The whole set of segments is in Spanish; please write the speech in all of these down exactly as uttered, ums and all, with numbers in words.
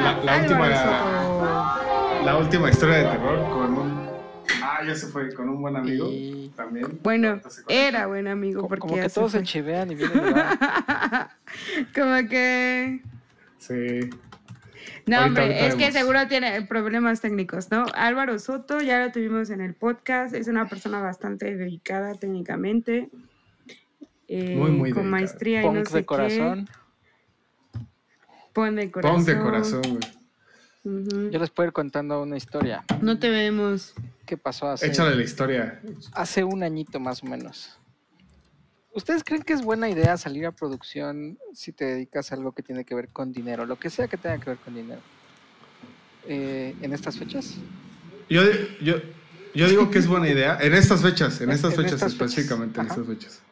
la, la última Álvaro la última historia de terror con un ah ya se fue con un buen amigo Y también. Bueno, Ahorita se conecta. era buen amigo co- porque como ya que se todos se fue. chivean y vienen y van. Como que... Sí. No, Ahorita, hombre, ahorita es que vemos. seguro tiene problemas técnicos, ¿no? Álvaro Soto, ya lo tuvimos en el podcast, es una persona bastante dedicada técnicamente, eh, Muy, muy con dedicada. maestría y no Punk sé de corazón. qué. Pon de corazón. Punk de corazón, güey. Uh-huh. Yo les puedo ir contando una historia. No te vemos. ¿Qué pasó hace, Échale la historia. hace un añito más o menos? ¿Ustedes creen que es buena idea salir a producción si te dedicas a algo que tiene que ver con dinero? Lo que sea que tenga que ver con dinero. Eh, ¿En estas fechas? Yo, yo, yo digo que es buena idea. En estas fechas, en En- estas en fechas estas fechas. específicamente, en Ajá. estas fechas.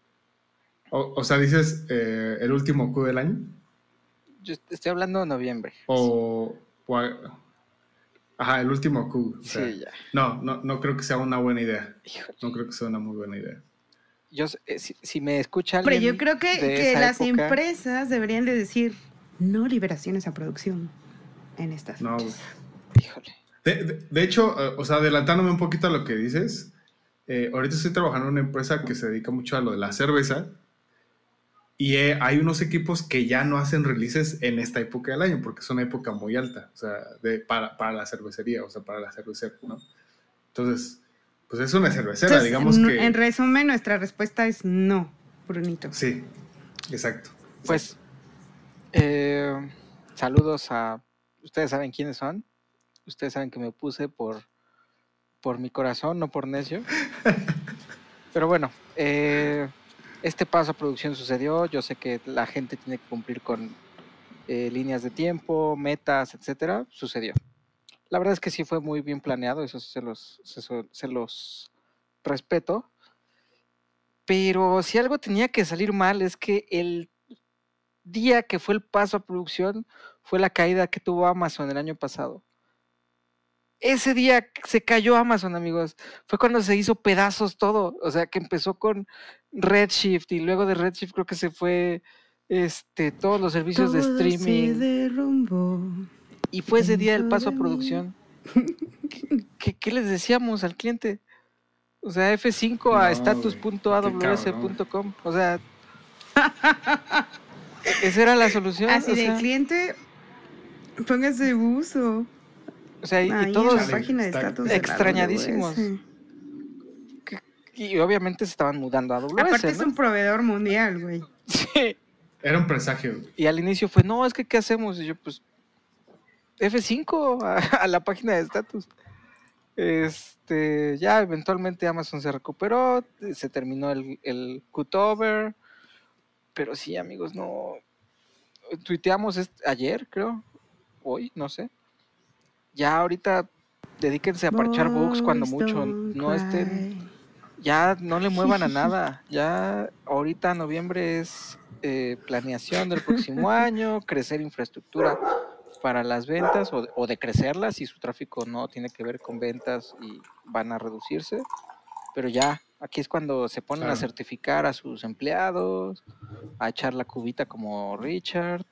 O, o sea, dices eh, el último Q del año. Yo estoy hablando de noviembre. O, o a- ajá, el último Q. O sea, Sí, ya. no, no, no creo que sea una buena idea. Híjole. No creo que sea una muy buena idea. Yo, eh, si, si me escucha Pero alguien yo creo que, de que esa las época, empresas deberían de decir no liberaciones a producción en estas No, fechas. híjole. De, de, de hecho, eh, o sea, adelantándome un poquito a lo que dices, eh, ahorita estoy trabajando en una empresa que se dedica mucho a lo de la cerveza y eh, hay unos equipos que ya no hacen releases en esta época del año porque es una época muy alta, o sea, de, para, para la cervecería, o sea, para la cervecera, ¿no? Entonces, pues es una cervecera, Entonces, digamos en, que... en resumen, nuestra respuesta es no, Brunito. Sí, exacto. Pues, eh, saludos a... Ustedes saben quiénes son. Ustedes saben que me opuse por, por mi corazón, no por necio. Pero bueno, eh, este paso a producción sucedió. Yo sé que la gente tiene que cumplir con eh, líneas de tiempo, metas, etcétera. Sucedió. La verdad es que sí fue muy bien planeado, eso sí se los, se, se los respeto. Pero si algo tenía que salir mal es que el día que fue el paso a producción fue la caída que tuvo Amazon el año pasado. Ese día se cayó Amazon, amigos. Fue cuando se hizo pedazos todo. O sea, que empezó con Redshift y luego de Redshift creo que se fue este, todos los servicios Todo de streaming. se derrumbó. Y fue ese día el dentro paso a de producción. ¿Qué, qué, qué les decíamos al cliente? O sea, F cinco a No, status punto a w s punto com. cabrón. O sea, esa era la solución. Así o de sea, cliente, póngase buzo. O sea, y, y Ahí en todos la página de está estatus de la extrañadísimos. A W S. que- y obviamente se estaban mudando a A W S, Aparte es ¿no? un proveedor mundial, güey. Sí. Era un presagio. Y al inicio fue, no, es que ¿qué hacemos? Y yo, pues, F cinco a, a la página de estatus. Este, ya eventualmente Amazon se recuperó, se terminó el, el cutover, pero sí, amigos, no. Tuiteamos este, ayer, creo, hoy, no sé. Ya ahorita dedíquense a parchar bugs cuando Boys mucho, don't no estén, cry. ya no le muevan a nada. Ya ahorita noviembre es eh, planeación del próximo año, crecer infraestructura para las ventas o, o decrecerlas si su tráfico no tiene que ver con ventas y van a reducirse. Pero ya, aquí es cuando se ponen Claro. a certificar a sus empleados, a echar la cubita como Richard.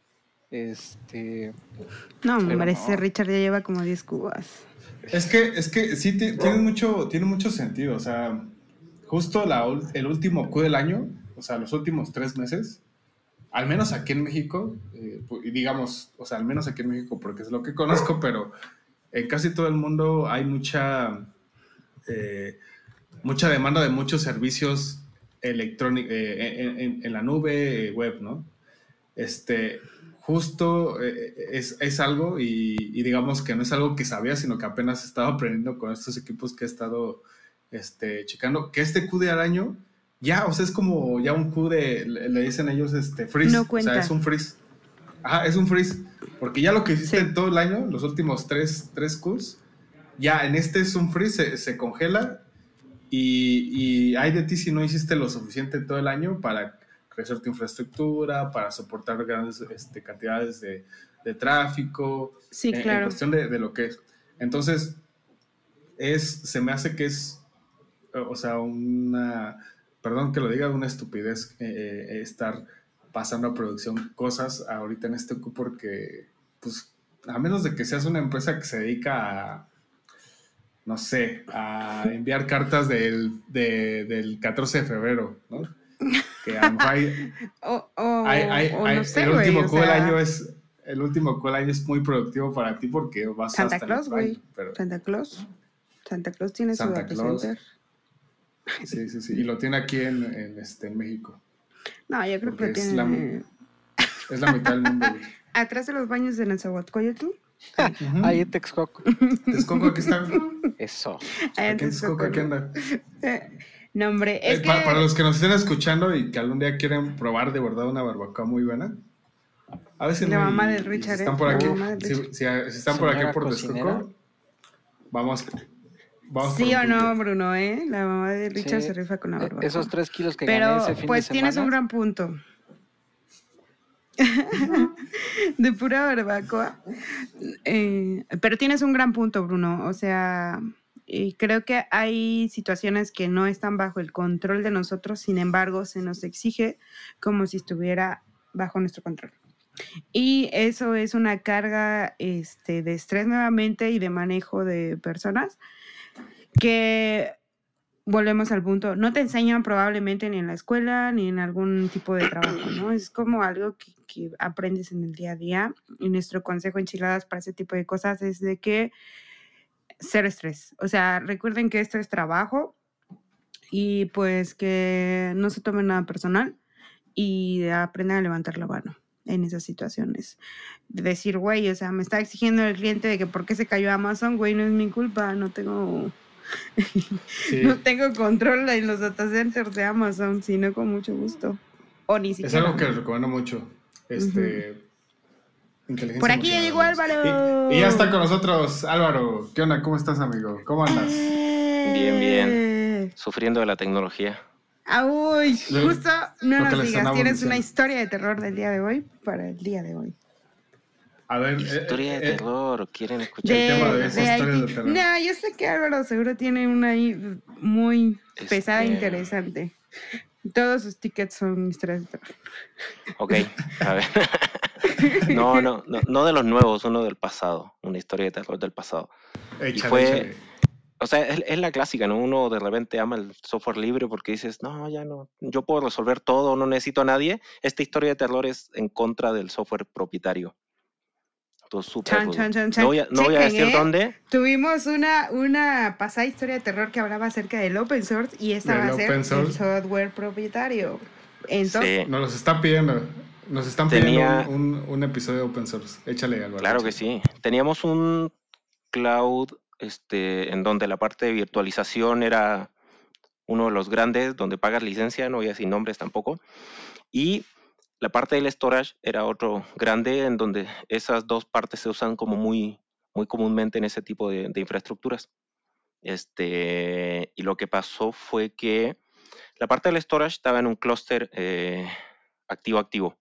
Este, No, pero hombre, no. ese Richard ya lleva como diez cubas. Es que, es que sí ti- tiene mucho, tiene mucho sentido. O sea, justo la, ul- el último Q del año, o sea, los últimos tres meses, al menos aquí en México, eh, pu- y digamos, o sea, al menos aquí en México, porque es lo que conozco, pero en casi todo el mundo hay mucha, eh, mucha demanda de muchos servicios electrónicos en, en- en la nube, eh, web, ¿no? Este, justo eh, es, es algo y, y digamos que no es algo que sabía, sino que apenas he estado aprendiendo con estos equipos que he estado este, checando, que este Q de al año, ya, o sea, es como ya un Q de, le, le dicen ellos, este, freeze, No o cuenta. sea, es un freeze. Ajá, es un freeze, porque ya lo que hiciste Sí. en todo el año, los últimos tres, tres Qs, ya en este es un freeze, se, se congela y, y hay de ti si no hiciste lo suficiente todo el año para crecer tu infraestructura, para soportar grandes este, cantidades de, de tráfico, Sí, en, claro. en cuestión de, de lo que es. Entonces, es, se me hace que es, o sea, una, perdón que lo diga, una estupidez eh, estar pasando a producción cosas ahorita en este Q porque, pues, a menos de que seas una empresa que se dedica a, no sé, a enviar cartas del, de, del catorce de febrero, ¿no? Que a lo mejor hay, o, o, hay, hay, o hay- no sé, el güey, último o Q del sea, año es el último Q del año es muy productivo para ti porque vas Santa hasta el Claus, otro año, güey. pero Santa Claus. Santa Claus tiene su Santa data Claus, center. sí, sí, sí, y lo tiene aquí en, en, este, en México, No, yo creo que porque lo es la, tiene es la mitad del mundo, güey. atrás de los baños de Nezahualcóyotl. Ujú. Ahí en Texcoco. Texcoco, aquí está. Eso. Allá en Aquí en Texcoco, aquí Texcoco, anda. ¿no? No, hombre, Eh, es pa- para que los que nos estén escuchando y que algún día quieren probar de verdad una barbacoa muy buena, la avísenme mamá y, del y si Richard, están ¿eh? por La aquí, mamá del si, Richard. si- si están por aquí Señora por cocinera. Texcoco, vamos, vamos por Sí un o no, pulque. Bruno, ¿eh? La mamá de Richard se Sí. rifa con la e- barbacoa. Esos tres kilos que gané ese Pero, fin de pues, tienes un semana. gran punto. De pura barbacoa. Eh, pero tienes un gran punto, Bruno. O sea, y creo que hay situaciones que no están bajo el control de nosotros, sin embargo, se nos exige como si estuviera bajo nuestro control. Y eso es una carga este, de estrés nuevamente y de manejo de personas que volvemos al punto, no te enseñan probablemente ni en la escuela ni en algún tipo de trabajo, ¿no? Es como algo que, que aprendes en el día a día. Y nuestro consejo enchiladas para ese tipo de cosas es de que cero estrés. O sea, recuerden que esto es trabajo y pues que no se tomen nada personal y aprendan a levantar la mano en esas situaciones. De decir, güey, o sea, me está exigiendo el cliente de que por qué se cayó Amazon, güey, no es mi culpa, no tengo... Sí, no tengo control en los data centers de Amazon, sino con mucho gusto. O ni es siquiera. algo que les recomiendo mucho. Este, inteligencia Por aquí ya llegó emocional, amigos. Álvaro. Y, y ya está con nosotros Álvaro. ¿Qué onda? ¿Cómo estás, amigo? ¿Cómo andas? Bien, bien. Sufriendo de la tecnología. Ah, uy, Lo- justo no lo que nos les digas, andamos tienes diciendo. una historia de terror del día de hoy para el día de hoy. A ver, Historia eh, de eh, terror. ¿Quieren escuchar El tema De, de historia? esa de historia Haití. de terror. No, yo sé que Álvaro seguro tiene una ahí muy pesada e Este, interesante. Todos sus tickets son historias de terror. Ok, a ver. No, no, no, no de los nuevos, uno del pasado. Una historia de terror del pasado. Échale, fue- échale. O sea, es, es la clásica, ¿no? Uno de repente ama el software libre porque dices, no, ya no, yo puedo resolver todo, no necesito a nadie. Esta historia de terror es en contra del software propietario. Entonces, súper Chan, rudo. chan, chan, chan. No voy a, no voy a Chequen, decir ¿eh? dónde. Tuvimos una, una pasada historia de terror que hablaba acerca del open source y esta Del va a ser open el source. software propietario. Entonces, Sí. Nos los está pidiendo. Nos están Tenía- pidiendo un, un, un episodio de open source. Échale, Álvaro. Claro que échale. sí. Teníamos un cloud este, en donde la parte de virtualización era uno de los grandes, donde pagas licencia, no voy a decir nombres tampoco. Y la parte del storage era otro grande, en donde esas dos partes se usan como muy, muy comúnmente en ese tipo de, de infraestructuras. Este, y lo que pasó fue que la parte del storage estaba en un clúster eh, activo-activo.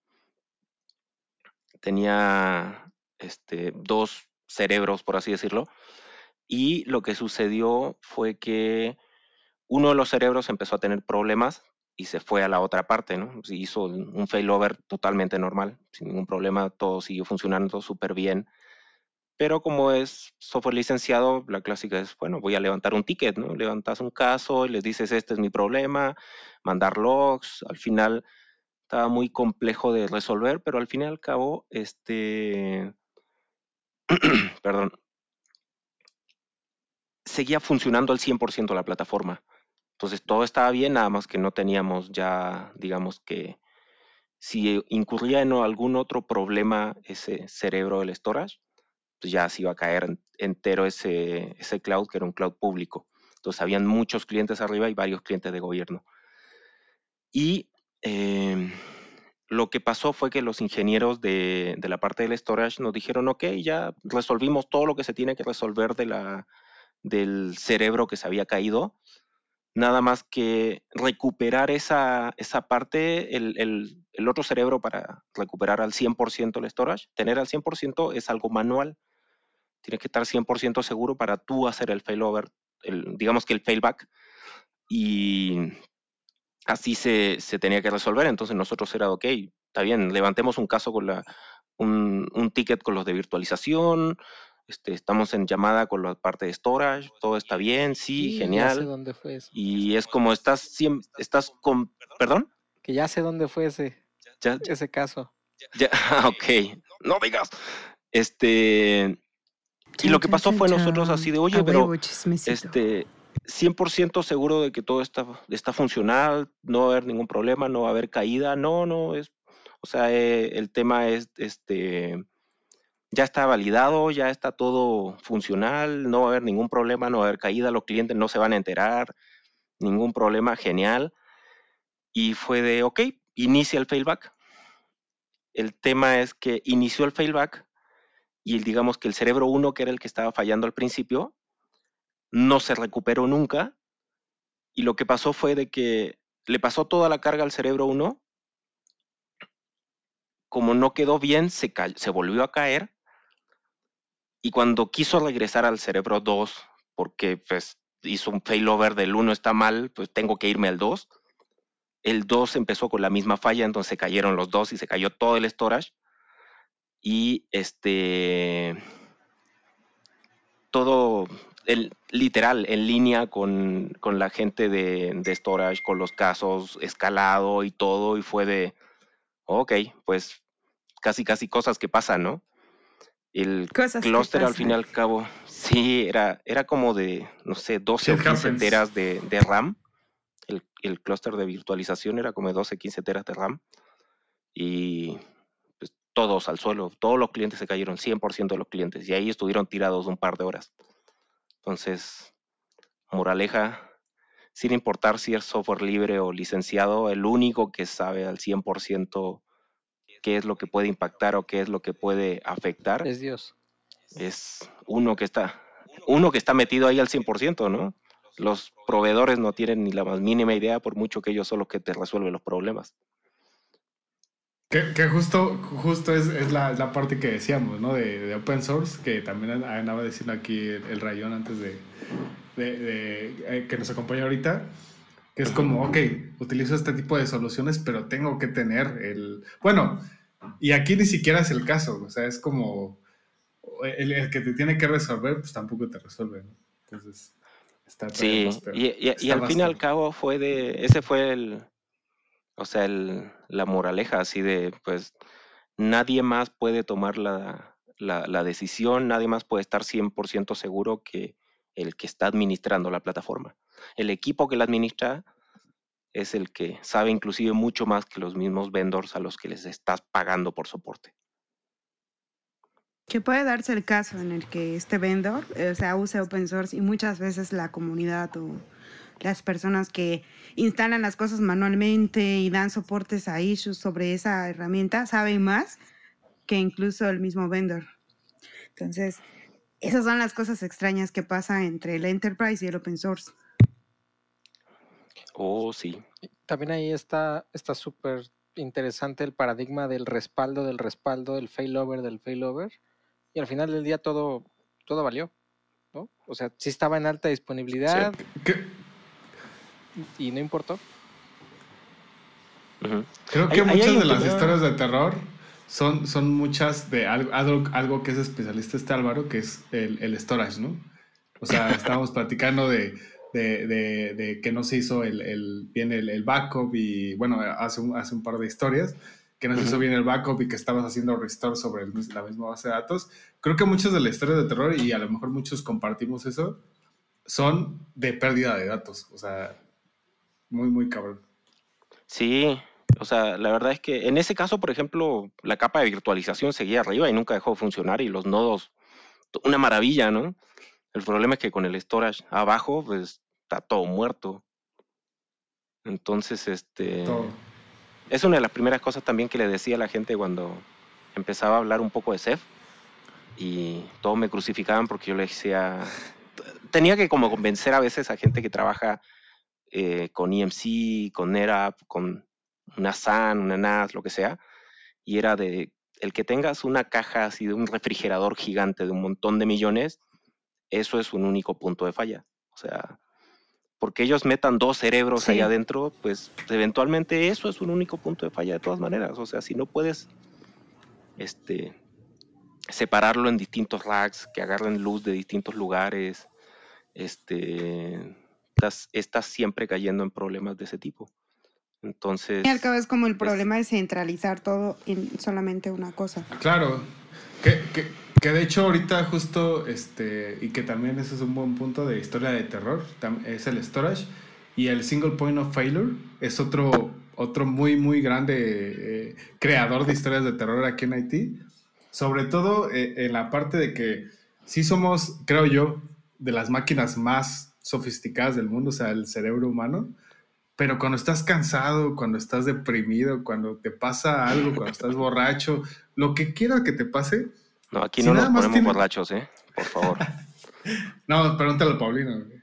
Tenía este, dos cerebros, por así decirlo, y lo que sucedió fue que uno de los cerebros empezó a tener problemas y se fue a la otra parte, ¿no? Se hizo un failover totalmente normal, sin ningún problema, todo siguió funcionando súper bien. Pero como es software licenciado, la clásica es, bueno, voy a levantar un ticket, ¿no? Levantas un caso y les dices, este es mi problema, mandar logs. Al final estaba muy complejo de resolver, pero al fin y al cabo, este, perdón, seguía funcionando al cien por ciento la plataforma. Entonces todo estaba bien, nada más que no teníamos ya, digamos que, si incurría en algún otro problema ese cerebro del storage, pues ya se iba a caer entero ese, ese cloud, que era un cloud público. Entonces habían muchos clientes arriba y varios clientes de gobierno. Y eh, lo que pasó fue que los ingenieros de, de la parte del storage nos dijeron, ok, ya resolvimos todo lo que se tiene que resolver de la, del cerebro que se había caído. Nada más que recuperar esa, esa parte, el, el, el otro cerebro para recuperar al cien por ciento el storage. Tener al cien por ciento es algo manual. Tienes que estar cien por ciento seguro para tú hacer el failover, el, digamos que el failback. Y así se, se tenía que resolver. Entonces nosotros era, ok, está bien, levantemos un caso con la, un, un ticket con los de virtualización, este, estamos en llamada con la parte de storage, todo está bien, sí, Sí, genial. ya sé dónde fue eso. Y es como estás siempre, estás con, ¿perdón? Que ya sé dónde fue ese, Ya, ese caso. ya, ok, no digas. Este, y Chan, lo que chan, pasó chan, fue nosotros chan. así de, oye, A pero huevo, chismecito. este, cien por ciento seguro de que todo está, está funcional, no va a haber ningún problema, no va a haber caída, no, no, es, o sea, eh, el tema es, este, ya está validado, ya está todo funcional, no va a haber ningún problema, no va a haber caída, los clientes no se van a enterar, ningún problema, genial. Y fue de, ok, inicia el failback. El tema es que inició el failback y digamos que el cerebro uno, que era el que estaba fallando al principio, no se recuperó nunca. Y lo que pasó fue de que le pasó toda la carga al cerebro uno. Como no quedó bien, se, ca- se volvió a caer. Y cuando quiso regresar al cerebro dos, porque pues hizo un failover del uno está mal, pues tengo que irme al dos. El dos empezó con la misma falla, entonces se cayeron los dos y se cayó todo el storage. Y este, todo, el, literal, en línea con, con la gente de, de storage, con los casos, escalado y todo, y fue de, ok, pues casi casi cosas que pasan, ¿no? El Cosas que clúster al fin y pasan. al cabo, sí, era, era como de, no sé, doce Shit o quince happens. teras de, de RAM. El, el clúster de virtualización era como de doce, quince teras de RAM. Y pues, todos al suelo, todos los clientes se cayeron, cien por ciento de los clientes. Y ahí estuvieron tirados un par de horas. Entonces, moraleja, sin importar si es software libre o licenciado, el único que sabe al cien por ciento qué es lo que puede impactar o qué es lo que puede afectar Es Dios. es uno que está, uno que está metido ahí al cien por ciento, ¿no? Los proveedores no tienen ni la más mínima idea, por mucho que ellos son los que te resuelven los problemas. Que, que justo, justo es, es la, la parte que decíamos, ¿no? De, de open source, que también andaba diciendo aquí el, el Rayón antes de, de, de, eh, que nos acompaña ahorita, que es como, ok, utilizo este tipo de soluciones, pero tengo que tener el... Bueno, y aquí ni siquiera es el caso, o sea, es como el, el que te tiene que resolver, pues tampoco te resuelve, ¿no? Entonces, está todavía más Sí, peor. y, y, y Está al más fin y al peor. cabo fue de, ese fue el, o sea, el, la moraleja, así de, pues, nadie más puede tomar la, la, la decisión, nadie más puede estar cien por ciento seguro que el que está administrando la plataforma. El equipo que la administra es el que sabe inclusive mucho más que los mismos vendors a los que les estás pagando por soporte. Que puede darse el caso en el que este vendor, eh, o sea, use open source y muchas veces la comunidad o las personas que instalan las cosas manualmente y dan soportes a issues sobre esa herramienta saben más que incluso el mismo vendor. Entonces, esas son las cosas extrañas que pasan entre el enterprise y el open source. Oh, sí. También ahí está está súper interesante el paradigma del respaldo, del respaldo, del failover, del failover. Y al final del día todo, todo valió, ¿no? O sea, sí estaba en alta disponibilidad Sí. ¿Qué? y no importó. Uh-huh. Creo que Ahí- ahí muchas hay un de las tema- historias de terror son, son muchas de algo, algo, algo que es especialista este Álvaro, que es el, el storage, ¿no? O sea, estábamos platicando de, de, de, de que no se hizo el, el, bien el, el backup y, bueno, hace un, hace un par de historias, que no se hizo Ujú. bien el backup y que estabas haciendo restore sobre el mis- la misma base de datos. Creo que muchas de las historias de terror, y a lo mejor muchos compartimos eso, son de pérdida de datos. O sea, muy, muy cabrón. Sí, o sea, la verdad es que en ese caso, por ejemplo, la capa de virtualización seguía arriba y nunca dejó de funcionar y los nodos, una maravilla, ¿no? El problema es que con el storage abajo, pues está todo muerto. Entonces, este, Todo. es una de las primeras cosas también que le decía a la gente cuando empezaba a hablar un poco de Ceph y todos me crucificaban porque yo le decía, tenía que como convencer a veces a gente que trabaja eh, con E M C, con NetApp, con una S A N, una N A S, lo que sea, y era de el que tengas una caja así de un refrigerador gigante de un montón de millones, eso es un único punto de falla. O sea, porque ellos metan dos cerebros Sí. ahí adentro, pues eventualmente eso es un único punto de falla de todas maneras. O sea, si no puedes, este, separarlo en distintos racks, que agarren luz de distintos lugares, este, estás, estás siempre cayendo en problemas de ese tipo. Entonces, Y al cabo es como el pues, problema de centralizar todo en solamente una cosa. Claro, que, que, que de hecho ahorita justo, este, y que también ese es un buen punto de historia de terror, tam- es el storage, y el single point of failure es otro, otro muy, muy grande eh, creador de historias de terror aquí en Haití, sobre todo eh, en la parte de que sí somos, creo yo, de las máquinas más sofisticadas del mundo, o sea, el cerebro humano. Pero cuando estás cansado, cuando estás deprimido, cuando te pasa algo, cuando estás borracho, lo que quiera que te pase, no, aquí si no nada nos más ponemos tiene... borrachos, ¿eh? Por favor. No, pregúntale a Paulino. güey.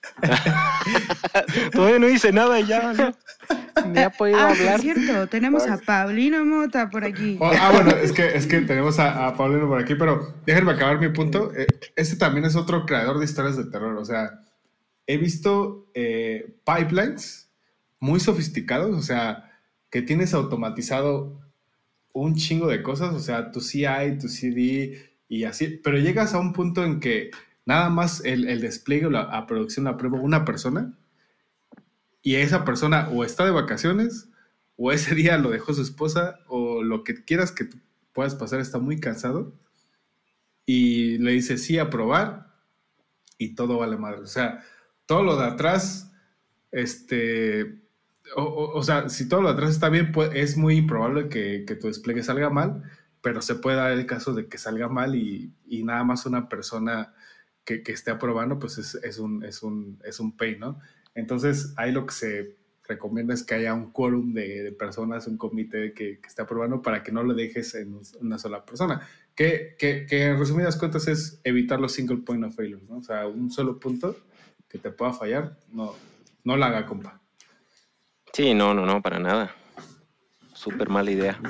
Todavía no hice nada y ya, ¿no? Ni ha podido Ah, por hablar. cierto, tenemos a Paulino Mota por aquí. Oh, ah, bueno, es que, es que tenemos a, a Paulino por aquí, pero déjenme acabar mi punto. Eh, este también es otro creador de historias de terror. O sea, he visto eh, pipelines muy sofisticados, o sea, que tienes automatizado un chingo de cosas, o sea, tu C I, tu C D y así, pero llegas a un punto en que nada más el, el despliegue o la a producción la aprueba una persona y esa persona o está de vacaciones o ese día lo dejó su esposa o lo que quieras que tú puedas pasar está muy cansado y le dice sí, aprobar y todo vale madre. O sea, todo lo de atrás, este, o, o, o sea, si todo lo de atrás está bien, pues, es muy improbable que, que tu despliegue salga mal, pero se puede dar el caso de que salga mal y, y nada más una persona que, que esté aprobando, pues es, es, un, es, un, es un pain, ¿no? Entonces, ahí lo que se recomienda es que haya un quórum de, de personas, un comité que, que esté aprobando para que no lo dejes en una sola persona. Que, que, que en resumidas cuentas es evitar los single point of failure, ¿no? O sea, un solo punto que te pueda fallar, no, no la haga, compa. Sí, no, no, no, para nada. Súper mala idea.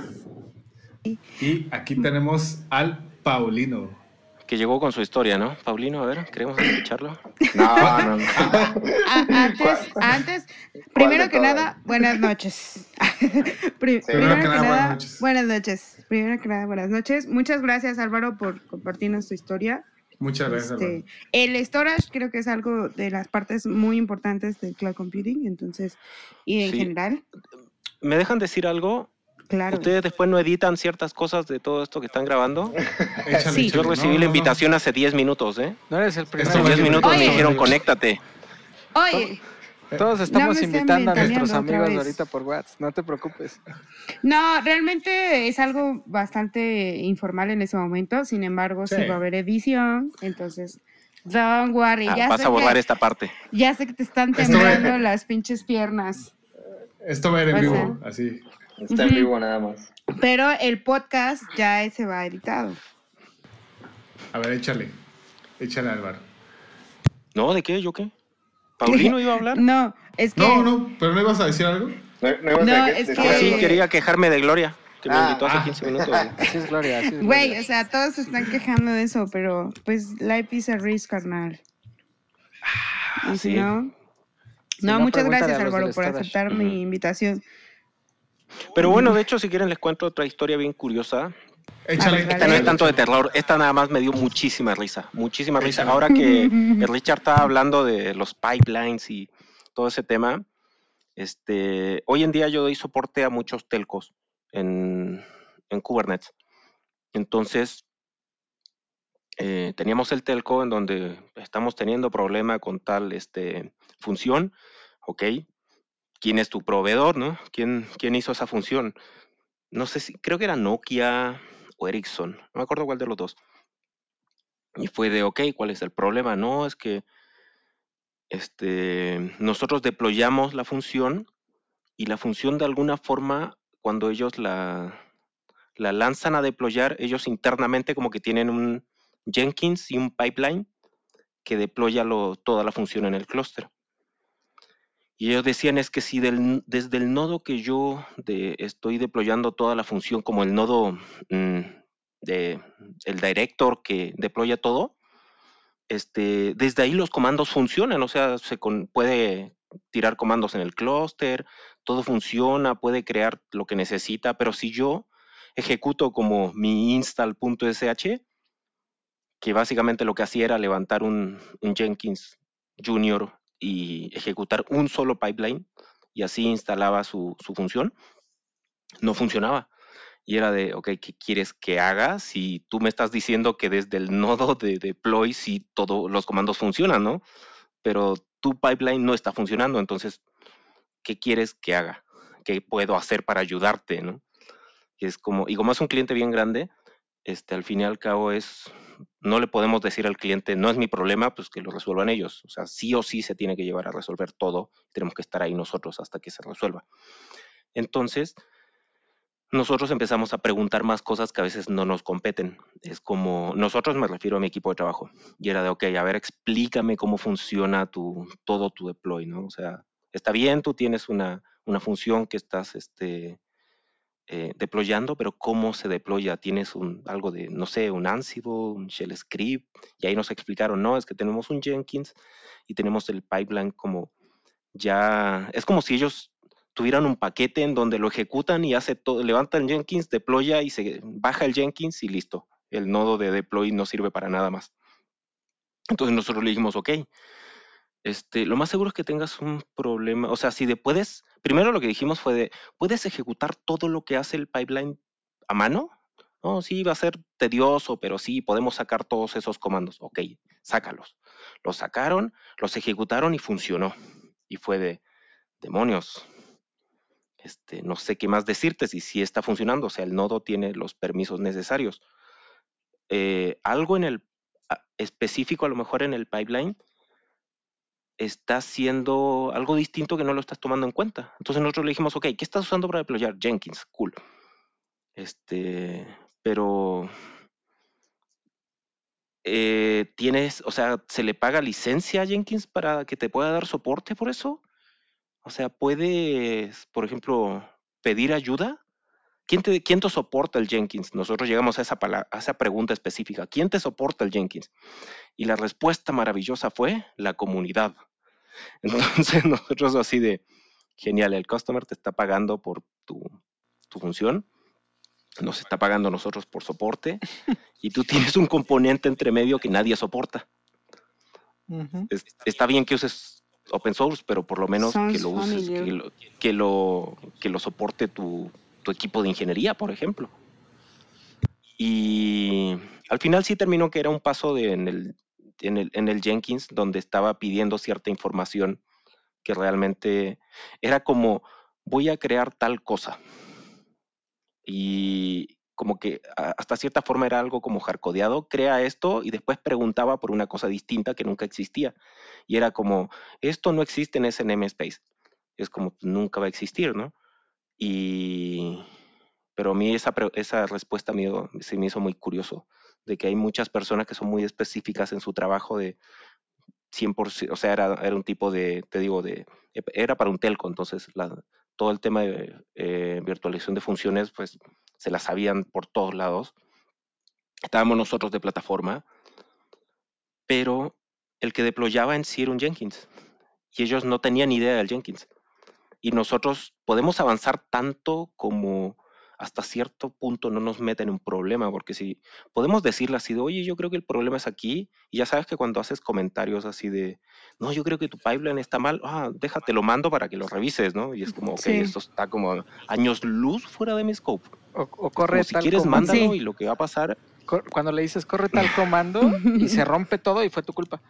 Y aquí tenemos al Paulino. Que llegó con su historia, ¿no? Paulino, a ver, queremos escucharlo. No, no, no. Ah, antes, antes, primero que todas? nada, buenas noches. Pri- Sí. Primero que Primero que nada, nada, buenas noches. buenas noches. Primero que nada, buenas noches. Muchas gracias, Álvaro, por compartirnos tu historia. Muchas gracias, Este, Álvaro. el storage creo que es algo de las partes muy importantes del cloud computing, entonces, y en Sí. general, ¿Me dejan decir algo? claro. ¿Ustedes después no editan ciertas cosas de todo esto que están grabando? Échale, Sí. Yo échale. recibí No, la no, invitación hace diez minutos, ¿eh? No eres el primero. Esto Hace va diez a minutos Oye. me dijeron conéctate. Oye, Todos estamos No me estén invitando a nuestros ventaneando otra amigos vez. ahorita por WhatsApp. No te preocupes. no, realmente es algo bastante informal en ese momento, sin embargo, sí, Sí. va a haber edición, entonces, don't worry, Ah, ya, vas sé a borrar que, esta parte. ya sé que te están Esto temblando va- las pinches piernas, Esto va a ir en O vivo, sea. así. Está en Ujú. vivo nada más. pero el podcast ya se va editado. A ver, échale. Échale, Álvaro. ¿No? ¿De qué? ¿Yo qué? ¿Paulino iba a hablar? No, es que... No, no, pero ¿no ibas a decir algo? ¿No, no ibas No, a es decir que- Ah, sí, algo? quería quejarme de Gloria, que me Ah, invitó hace ah. quince minutos. güey. Así es Gloria, así es Güey, Gloria. o sea, todos se están quejando de eso, pero pues life is a risk, carnal. Y si sí. no... Si No, no, muchas pregúntale gracias, a los Álvaro, del por storage. aceptar Ujú. mi invitación. Pero bueno, de hecho, si quieren les cuento otra historia bien curiosa. Échale. A ver, Esta no es Dale. tanto de terror, esta nada más me dio muchísima risa, muchísima risa. Ahora que el Richard estaba hablando de los pipelines y todo ese tema, este, hoy en día yo doy soporte a muchos telcos en, en Kubernetes. Entonces, eh, teníamos el telco en donde estamos teniendo problema con tal este, función, ¿ok? ¿Quién es tu proveedor, no? ¿Quién, quién hizo esa función? No sé si, creo que era Nokia o Ericsson, no me acuerdo cuál de los dos. Y fue de, ok, ¿cuál es el problema? No, es que este, nosotros deployamos la función y la función de alguna forma, cuando ellos la, la lanzan a deployar, ellos internamente como que tienen un Jenkins y un pipeline que deploya lo, toda la función en el clúster. Y ellos decían es que si del, desde el nodo que yo de, estoy deployando toda la función como el nodo mmm, de el director que deploya todo, este, desde ahí los comandos funcionan, o sea, se con, puede tirar comandos en el clúster, todo funciona, puede crear lo que necesita, pero si yo ejecuto como mi install.sh, que básicamente lo que hacía era levantar un, un Jenkins Junior y ejecutar un solo pipeline, y así instalaba su, su función. No funcionaba. Y era de, ok, ¿qué quieres que haga? Si tú me estás diciendo que desde el nodo de deploy sí todos los comandos funcionan, ¿no? Pero tu pipeline no está funcionando, entonces, ¿qué quieres que haga? ¿Qué puedo hacer para ayudarte, no? Y es como, y como es un cliente bien grande, este, al fin y al cabo es, no le podemos decir al cliente, no es mi problema, pues que lo resuelvan ellos. O sea, sí o sí se tiene que llevar a resolver todo, tenemos que estar ahí nosotros hasta que se resuelva. Entonces, nosotros empezamos a preguntar más cosas que a veces no nos competen. Es como, nosotros me refiero a mi equipo de trabajo, y era de, ok, a ver, explícame cómo funciona tu, todo tu deploy, ¿no? O sea, está bien, tú tienes una, una función que estás este, eh, deployando, pero ¿cómo se deploya? Tienes un, algo de, no sé, un Ansible, un Shell Script, y ahí nos explicaron, no, es que tenemos un Jenkins y tenemos el pipeline como ya, es como si ellos tuvieran un paquete en donde lo ejecutan y hace todo, levantan Jenkins, deploya y se baja el Jenkins y listo. El nodo de deploy no sirve para nada más. Entonces nosotros le dijimos, ok, este, lo más seguro es que tengas un problema. O sea, si de puedes, primero lo que dijimos fue de, ¿puedes ejecutar todo lo que hace el pipeline a mano? No, sí, va a ser tedioso, pero sí, podemos sacar todos esos comandos. Ok, sácalos. Los sacaron, los ejecutaron y funcionó. Y fue de, demonios, este, no sé qué más decirte si sí está funcionando, o sea, el nodo tiene los permisos necesarios. Eh, algo en el a, específico, a lo mejor en el pipeline, está haciendo algo distinto que no lo estás tomando en cuenta. Entonces nosotros le dijimos, ok, ¿qué estás usando para deployar? Jenkins, cool. Este, pero eh, tienes, o sea, ¿se le paga licencia a Jenkins para que te pueda dar soporte por eso? O sea, ¿puedes, por ejemplo, pedir ayuda? ¿Quién te, ¿Quién te soporta el Jenkins? Nosotros llegamos a esa, palabra, a esa pregunta específica. ¿Quién te soporta el Jenkins? Y la respuesta maravillosa fue la comunidad. Entonces nosotros así de, genial, el customer te está pagando por tu, tu función, nos está pagando nosotros por soporte, y tú tienes un componente entre medio que nadie soporta. Uh-huh. Es, está bien que uses open source, pero por lo menos Sounds que lo uses, que lo, que lo, que lo soporte tu, tu equipo de ingeniería, por ejemplo. Y al final sí terminó que era un paso de, en, el, en, el, en el Jenkins donde estaba pidiendo cierta información que realmente era como, voy a crear tal cosa. Y como que hasta cierta forma era algo como hardcodeado, crea esto y después preguntaba por una cosa distinta que nunca existía. Y era como, esto no existe en ese namespace. Es como, nunca va a existir, ¿no? Y... Pero a mí esa, esa respuesta me, se me hizo muy curioso, de que hay muchas personas que son muy específicas en su trabajo de cien por ciento, o sea, era, era un tipo de, te digo, de, era para un telco, entonces la, todo el tema de eh, virtualización de funciones, pues se la sabían por todos lados. Estábamos nosotros de plataforma, pero el que deployaba en sí era un Jenkins, y ellos no tenían idea del Jenkins. Y nosotros podemos avanzar tanto como hasta cierto punto no nos meten en un problema, porque si podemos decirle así de, oye, yo creo que el problema es aquí, y ya sabes que cuando haces comentarios así de, no, yo creo que tu pipeline está mal, ah, déjate, lo mando para que lo revises, ¿no? Y es como, ok, sí. Esto está como años luz fuera de mi scope. O, o corre si quieres, comando. Mándalo, sí. Y lo que va a pasar... Cuando le dices, corre tal comando, y se rompe todo y fue tu culpa.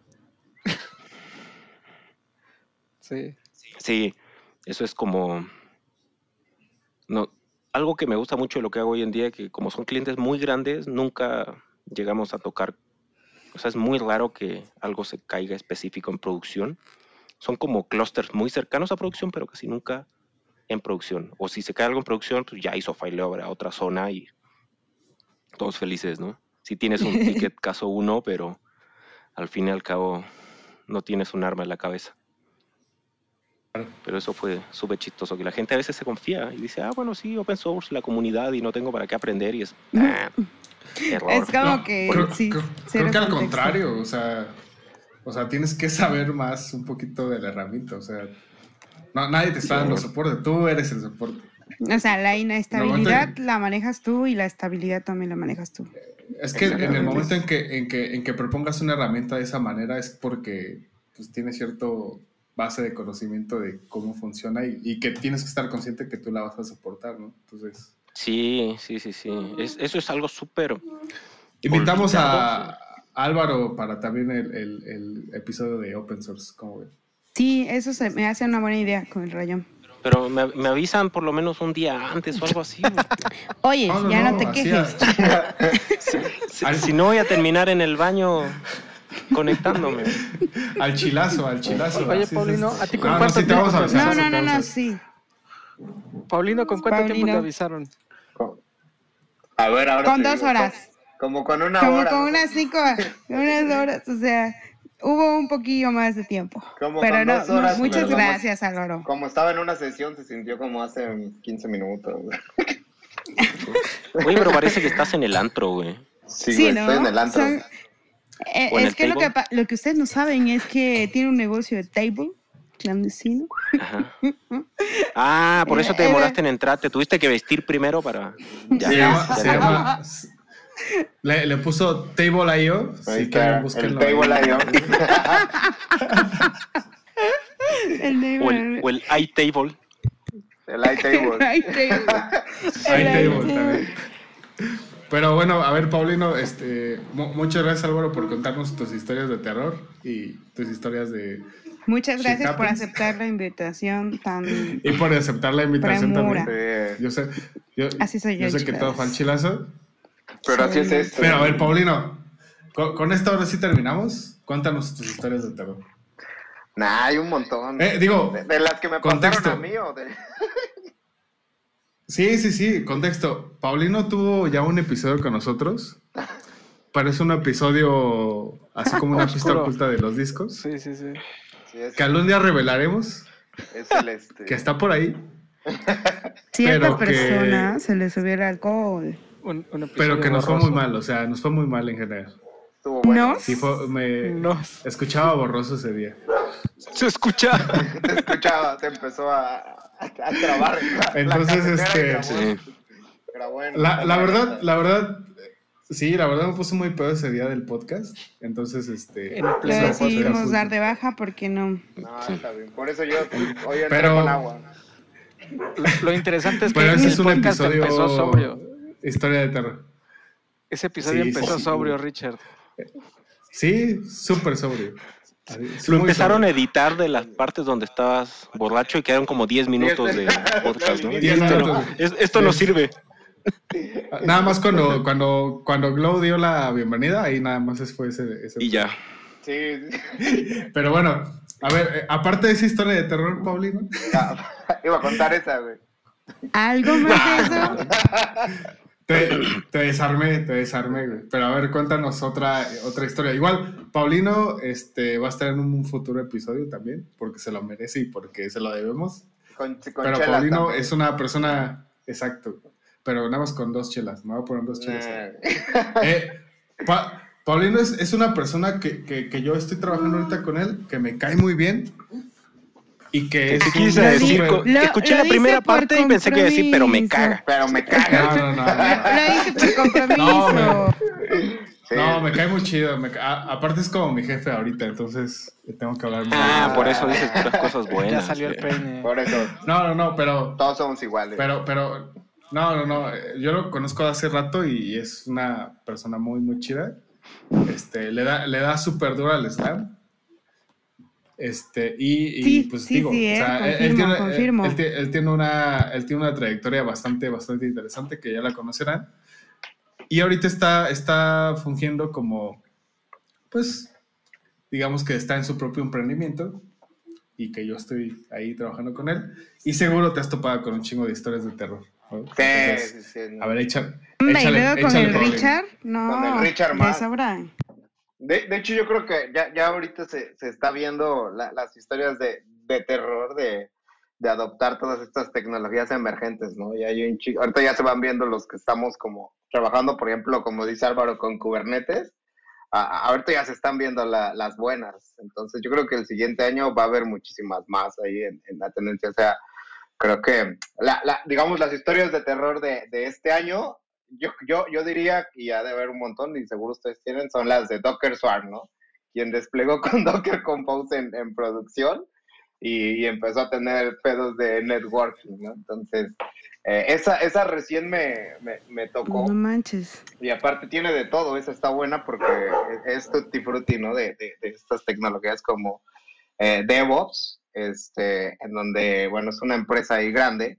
Sí. Sí, eso es como... No, algo que me gusta mucho de lo que hago hoy en día, que como son clientes muy grandes, nunca llegamos a tocar, o sea, es muy raro que algo se caiga específico en producción. Son como clústeres muy cercanos a producción, pero casi nunca en producción. O si se cae algo en producción, pues ya hizo failover a otra zona y todos felices, ¿no? Si tienes un ticket caso uno, pero al fin y al cabo no tienes un arma en la cabeza. Pero eso fue súper chistoso, que la gente a veces se confía y dice, ah, bueno, sí, open source, la comunidad y no tengo para qué aprender, y es, ah, error. Es como No, que, creo, sí, creo, creo que al contrario, o sea, o sea, tienes que saber más un poquito de la herramienta, o sea, no, nadie te está dando soporte, tú eres el soporte. O sea, la inestabilidad la manejas tú y la estabilidad también la manejas tú. Es que en el momento en que, en que, en que propongas una herramienta de esa manera es porque pues, tienes cierto base de conocimiento de cómo funciona y, y que tienes que estar consciente que tú la vas a soportar, ¿no? Entonces... Sí, sí, sí, sí. Es, eso es algo súper... Invitamos olvidado. a Álvaro para también el, el, el episodio de Open Source, ¿cómo ves? Sí, eso se me hace una buena idea con el rayón. Pero me, me avisan por lo menos un día antes o algo así. Oye, No, no, ya no, no, te así quejes. Si, si- si no voy a terminar en el baño conectándome. Al chilazo, al chilazo. Oye, así Paulino, es. ¿a ti con No, no, cuánto sí te vamos a tiempo te avisar. No, sí no, te no, vamos a no, avisar. sí. Paulino, ¿con cuánto tiempo te Paulino. avisaron? A ver, ahora Con te dos digo, horas. Como, como con una Como hora. con ¿no? unas cinco, unas horas, o sea, hubo un poquillo más de tiempo. Como Pero con no, dos horas, mu- muchas pero como- gracias, Álvaro. Como estaba en una sesión, se sintió como hace quince minutos. Oye, pero parece que estás en el antro, güey. Sí, Sí, güey, ¿no? estoy en el antro. Son- eh, ¿O en es el que lo, que table? pa- lo que ustedes no saben es que tiene un negocio de table clandestino. Ajá. Ah, por eso te Eh, demoraste en entrar. Te tuviste que vestir primero para... Ya, Se ya, llama, ya se te- llama le, le puso Table I O. Ahí Si está, quieren, el búsquenlo. table ahí. I O. El de- O el, o el iTable. El iTable. Ay, table. Hay El table iTable. también. Pero bueno, a ver, Paulino, este, mu- muchas gracias, Álvaro, por contarnos tus historias de terror y tus historias de... Muchas Shit gracias por happens. aceptar la invitación tan... Y por aceptar la invitación Premura. también. Sí, Yo sé, yo, Así soy yo, yo sé que chicas. todo fue al chilazo. pero así es esto. Pero a ver, Paulino, con, con esto ahora sí terminamos. Cuéntanos tus historias de terror. Nah, hay un montón. Eh, digo, de, de las que me contexto. pasaron a mí o de... Sí, sí, sí, contexto. Paulino tuvo ya un episodio con nosotros. Parece un episodio así como una pista Oscuro. oculta de los discos. Sí, sí, sí. Sí, es, Que algún día revelaremos, es el este. que está por ahí. Cierta pero que- persona se le subió el alcohol. Un, un episodio Pero que nos fue borroso. muy mal, o sea, nos fue muy mal en general. Estuvo bueno. ¿No? Sí, fue, me No. escuchaba borroso ese día. Se escucha. Te escuchaba, te empezó a, a, a trabar. la- Entonces, la carretera y este, grabó- sí. grabó en- La, la verdad, la verdad, sí, la verdad me puse muy pedo ese día del podcast. Entonces, este... En el Lo pleno eso podcast. decidimos era dar justo. de baja porque no. No, está bien. Por eso yo hoy entré Pero- con agua. Lo, lo interesante es que Pero ese el es un podcast episodio... empezó sobrio. Historia de terror. Ese episodio Sí, empezó sí, sí. sobrio, Richard. Sí, súper sobrio. Así, sí, Lo muy empezaron a sobrio. editar de las partes donde estabas borracho y quedaron como diez minutos de podcast, ¿no? Diez Esto no, minutos. es- esto no sirve. Nada más cuando, cuando, cuando Glow dio la bienvenida, ahí nada más fue ese... ese Y ya. Sí, sí. Pero bueno, a ver, eh, aparte de esa historia de terror, Paulino, Ah, iba a contar esa, güey. ¿Algo más de eso? te, te desarmé, te desarmé, güey. Pero a ver, cuéntanos otra, otra historia. Igual, Paulino este, va a estar en un futuro episodio también, porque se lo merece y porque se lo debemos. Con, con Pero chelas Paulino también. es una persona, exacto, pero nada más con dos chelas, me voy a poner dos chelas. Nah. Eh, Pa- Paulino es, es una persona que, que, que yo estoy trabajando ahorita con él, que me cae muy bien y que es ¿Qué un quise Lo decir? di- Co- lo- Escuché lo la dice primera por parte y pensé que iba a decir, pero me compromiso. caga. Pero me No, caga. no, no, no, no. Lo hice por compromiso. No, Sí. No, me cae muy chido. me ca- a- aparte es como mi jefe ahorita, entonces le tengo que hablar muy Ah, bien. por eso dices puras cosas buenas. Ya salió el güey. peine. Por eso, No, no, no, pero, todos somos iguales. pero, pero, no, no, no. eh, Yo lo conozco hace rato y es una persona muy, muy chida. Este, le da, le da súper duro al slam. Este, y, y, Sí, pues sí, digo, sí, eh, o sea, él- él, confirmo, tiene, él- confirmo. él tie- él tiene una, él tiene una trayectoria bastante, bastante interesante que ya la conocerán. Y ahorita está, está fungiendo como, pues, digamos que está en su propio emprendimiento y que yo estoy ahí trabajando con él. Y seguro te has topado con un chingo de historias de terror, ¿no? Sí, Entonces, sí, sí. a ver, echa, Hombre, y échale, luego con échale, el Paulino. Richard, no. Con el Richard de más. sobra. De, de hecho, yo creo que ya, ya ahorita se, se está viendo la- las historias de, de terror de, de adoptar todas estas tecnologías emergentes, ¿no? Ya hay un chico, ahorita ya se van viendo los que estamos como trabajando, por ejemplo, como dice Álvaro, con Kubernetes. A- a- ahorita ya se están viendo la- las buenas. Entonces, yo creo que el siguiente año va a haber muchísimas más ahí en, en la tendencia. O sea, creo que, la, la, digamos, las historias de terror de, de este año, yo, yo, yo diría, y ha de haber un montón, y seguro ustedes tienen, son las de Docker Swarm, ¿no? Quien desplegó con Docker Compose en, en producción y, y empezó a tener pedos de networking, ¿no? Entonces, eh, esa, esa recién me, me, me tocó. No manches. Y aparte tiene de todo, esa está buena porque es tutti frutti, ¿no? De, de, de estas tecnologías como eh, DevOps, este, en donde, bueno, es una empresa ahí grande.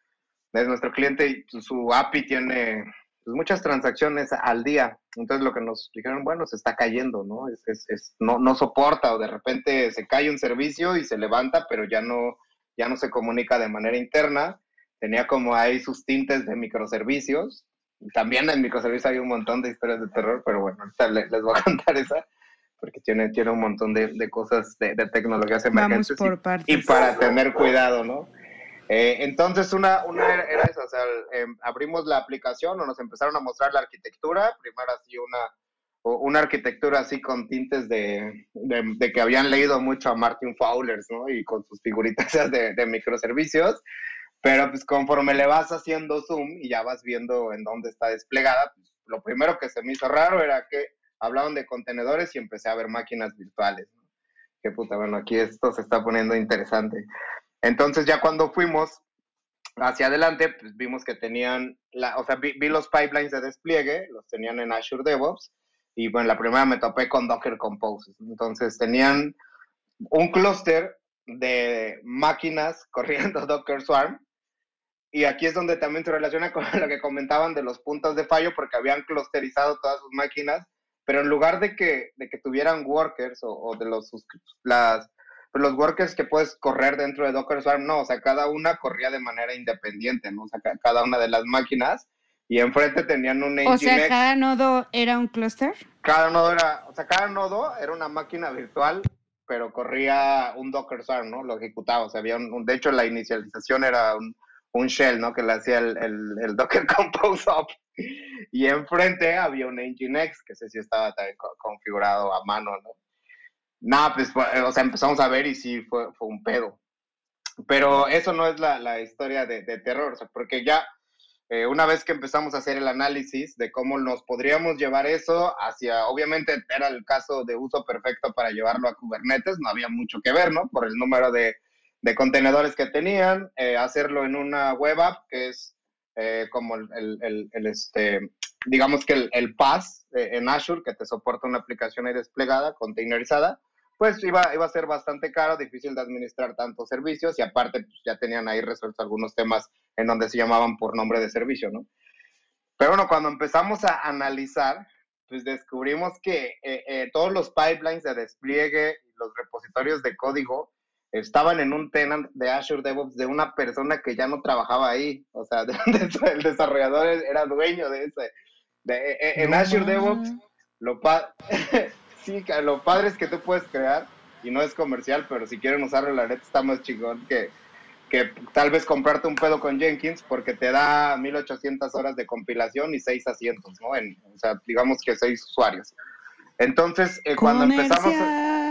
Es nuestro cliente y su, su A P I tiene pues, muchas transacciones al día. Entonces lo que nos dijeron, bueno, se está cayendo, ¿no? Es, es, es, no, no soporta o de repente se cae un servicio y se levanta, pero ya no, ya no se comunica de manera interna. Tenía como ahí sus tintes de microservicios. También en microservicios hay un montón de historias de terror, pero bueno, ahorita les, les voy a contar esa, porque tiene, tiene un montón de, de cosas, de, de tecnologías emergentes. Vamos por y, partes. y para tener cuidado, ¿no? Eh, entonces, una, una era eso, o sea, eh, abrimos la aplicación o nos empezaron a mostrar la arquitectura, primero así una, una arquitectura así con tintes de, de, de que habían leído mucho a Martin Fowler, ¿no? Y con sus figuritas de, de microservicios. Pero pues conforme le vas haciendo zoom y ya vas viendo en dónde está desplegada, pues, lo primero que se me hizo raro era que hablaban de contenedores y empecé a ver máquinas virtuales, ¿no? Qué puta, bueno, aquí esto se está poniendo interesante. Entonces ya cuando fuimos hacia adelante, pues vimos que tenían, la, o sea, vi, vi los pipelines de despliegue, los tenían en Azure DevOps, y bueno, la primera me topé con Docker Compose. Entonces tenían un clúster de máquinas corriendo Docker Swarm, y aquí es donde también se relaciona con lo que comentaban de los puntos de fallo, porque habían clusterizado todas sus máquinas, pero en lugar de que, de que tuvieran workers o, o de los, las, los workers que puedes correr dentro de Docker Swarm, no, o sea, cada una corría de manera independiente, ¿no? O sea, cada una de las máquinas, y enfrente tenían un Nginx. O sea, ¿cada nodo era un clúster? Cada nodo era, o sea, cada nodo era una máquina virtual, pero corría un Docker Swarm, ¿no? Lo ejecutaba, o sea, había un, un de hecho, la inicialización era un un shell, ¿no? Que le hacía el, el, el Docker Compose Up. Y enfrente había un Nginx, que ese sí estaba también configurado a mano, ¿no? Nada, pues, o sea, empezamos a ver y sí fue, fue un pedo. Pero eso no es la, la historia de, de terror, o sea, porque ya eh, una vez que empezamos a hacer el análisis de cómo nos podríamos llevar eso hacia, obviamente era el caso de uso perfecto para llevarlo a Kubernetes, no había mucho que ver, ¿no? Por el número de de contenedores que tenían, eh, hacerlo en una web app, que es eh, como el, el, el, el, este, digamos que el, el P A S eh, en Azure, que te soporta una aplicación ahí desplegada, containerizada, pues iba, iba a ser bastante caro, difícil de administrar tantos servicios, y aparte pues, ya tenían ahí resueltos algunos temas en donde se llamaban por nombre de servicio, ¿no? Pero bueno, cuando empezamos a analizar, pues descubrimos que eh, eh, todos los pipelines de despliegue, los repositorios de código, estaban en un tenant de Azure DevOps de una persona que ya no trabajaba ahí. O sea, de, de, el desarrollador era dueño de ese. De, eh, en no Azure man. DevOps, lo, pa sí, lo padre es que tú puedes crear, y no es comercial, pero si quieren usarlo, la neta está más chingón que, que tal vez comprarte un pedo con Jenkins, porque te da mil ochocientas horas de compilación y seis asientos, ¿no? En, o sea, digamos que seis usuarios. Entonces, eh, cuando empezamos... A...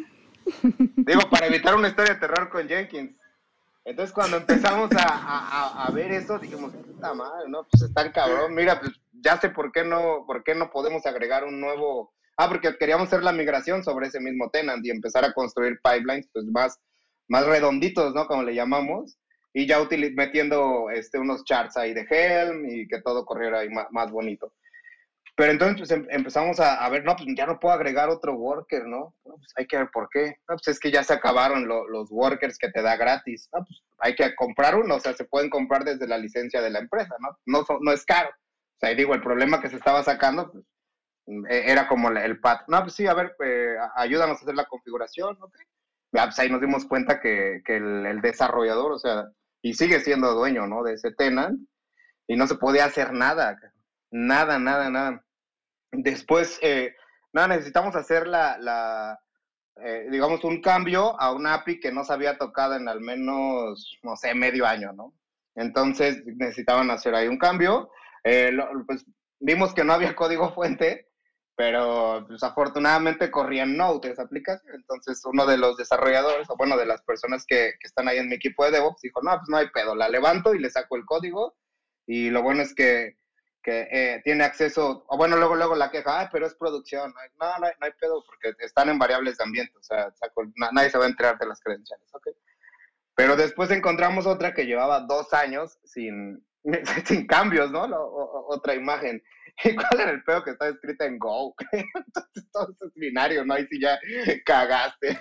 Digo, para evitar una historia de terror con Jenkins. Entonces, cuando empezamos a, a, a ver eso, dijimos, puta madre, ¿no? Pues están cabrón. Mira, pues ya sé por qué no, por qué no podemos agregar un nuevo... Ah, porque queríamos hacer la migración sobre ese mismo tenant y empezar a construir pipelines pues más, más redonditos, ¿no? Como le llamamos. Y ya metiendo este, unos charts ahí de Helm y que todo corriera ahí más, más bonito. Pero entonces pues, em empezamos a, a ver, no, pues ya no puedo agregar otro worker, ¿no? No, pues hay que ver por qué. No, pues es que ya se acabaron lo, los workers que te da gratis. No, pues hay que comprar uno, o sea, se pueden comprar desde la licencia de la empresa, ¿no? No, no es caro. O sea, y digo, el problema que se estaba sacando, pues, era como el P A T. No, pues sí, a ver, eh, ayúdanos a hacer la configuración, ¿ok? Ya, pues ahí nos dimos cuenta que, que el, el desarrollador, o sea, y sigue siendo dueño, ¿no? De ese tenant, y no se podía hacer nada, nada, nada, nada. Después, eh, nada, necesitamos hacer la, la eh, digamos, un cambio a una A P I que no se había tocado en al menos, no sé, medio año, ¿no? Entonces necesitaban hacer ahí un cambio. Eh, lo, pues vimos que no había código fuente pero pues, afortunadamente corría en Node esa aplicación. Entonces uno de los desarrolladores, o bueno, de las personas que, que están ahí en mi equipo de DevOps, dijo, no, pues no hay pedo, la levanto y le saco el código, y lo bueno es que, que eh, tiene acceso, o bueno, luego luego la queja, ay, pero es producción, no, no, hay, no hay pedo, porque están en variables de ambiente, o sea, saco, na, nadie se va a enterar de las credenciales, ¿ok? Pero después encontramos otra que llevaba dos años sin, sin cambios, ¿no? La, o, otra imagen. ¿Y cuál era el pedo? Que estaba escrita en Go. Entonces todo eso es binario, ¿no? Ahí sí ya cagaste.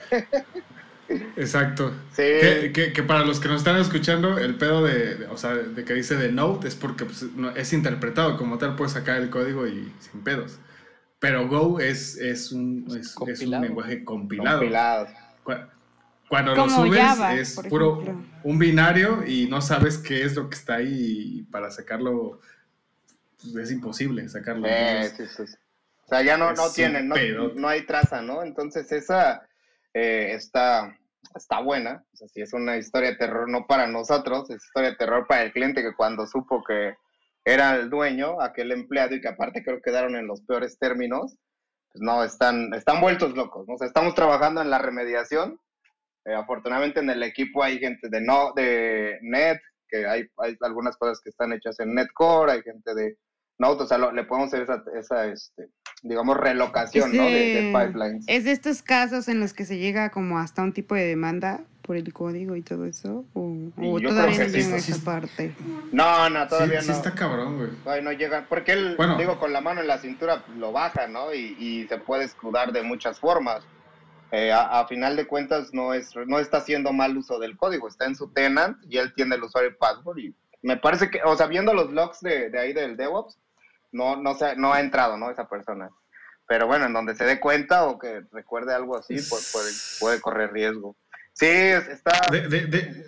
Exacto. Sí. Que, que, que para los que nos están escuchando, el pedo de, de o sea, de que dice de Node es porque pues, no, es interpretado como tal, puedes sacar el código y sin pedos. Pero Go es, es, un, es, es un lenguaje compilado. Compilado. Cuando como lo subes Java, es puro ejemplo. Un binario y no sabes qué es lo que está ahí, y para sacarlo pues, es imposible sacarlo. Eh, Entonces, sí, sí. O sea, ya no, no tienen, no, no hay traza, ¿no? Entonces esa eh, está, está buena. O sea, si es una historia de terror, no para nosotros, es historia de terror para el cliente que cuando supo que era el dueño, aquel empleado, y que aparte creo que quedaron en los peores términos, pues no, están, están vueltos locos, ¿no? O sea, estamos trabajando en la remediación. Eh, afortunadamente en el equipo hay gente de no de Net, que hay, hay algunas cosas que están hechas en Netcore, hay gente de Node, o sea, lo, le podemos hacer esa, esa este, digamos, relocación, Ese, ¿no? De, de pipelines. ¿Es de estos casos en los que se llega como hasta un tipo de demanda por el código y todo eso? ¿O, o todavía no llegan a esa sí, parte? No, no, todavía sí, no. Sí está cabrón, güey. Todavía no llegan, porque él, bueno, digo, con la mano en la cintura lo baja, ¿no? Y, y se puede escudar de muchas formas. Eh, a, a final de cuentas no es no está haciendo mal uso del código, está en su tenant y él tiene el usuario y password, y me parece que, o sea, viendo los logs de, de ahí del DevOps, no, no, se, no ha entrado, ¿no? Esa persona. Pero bueno, en donde se dé cuenta o que recuerde algo así, pues puede, puede correr riesgo. Sí, está... De, de, de,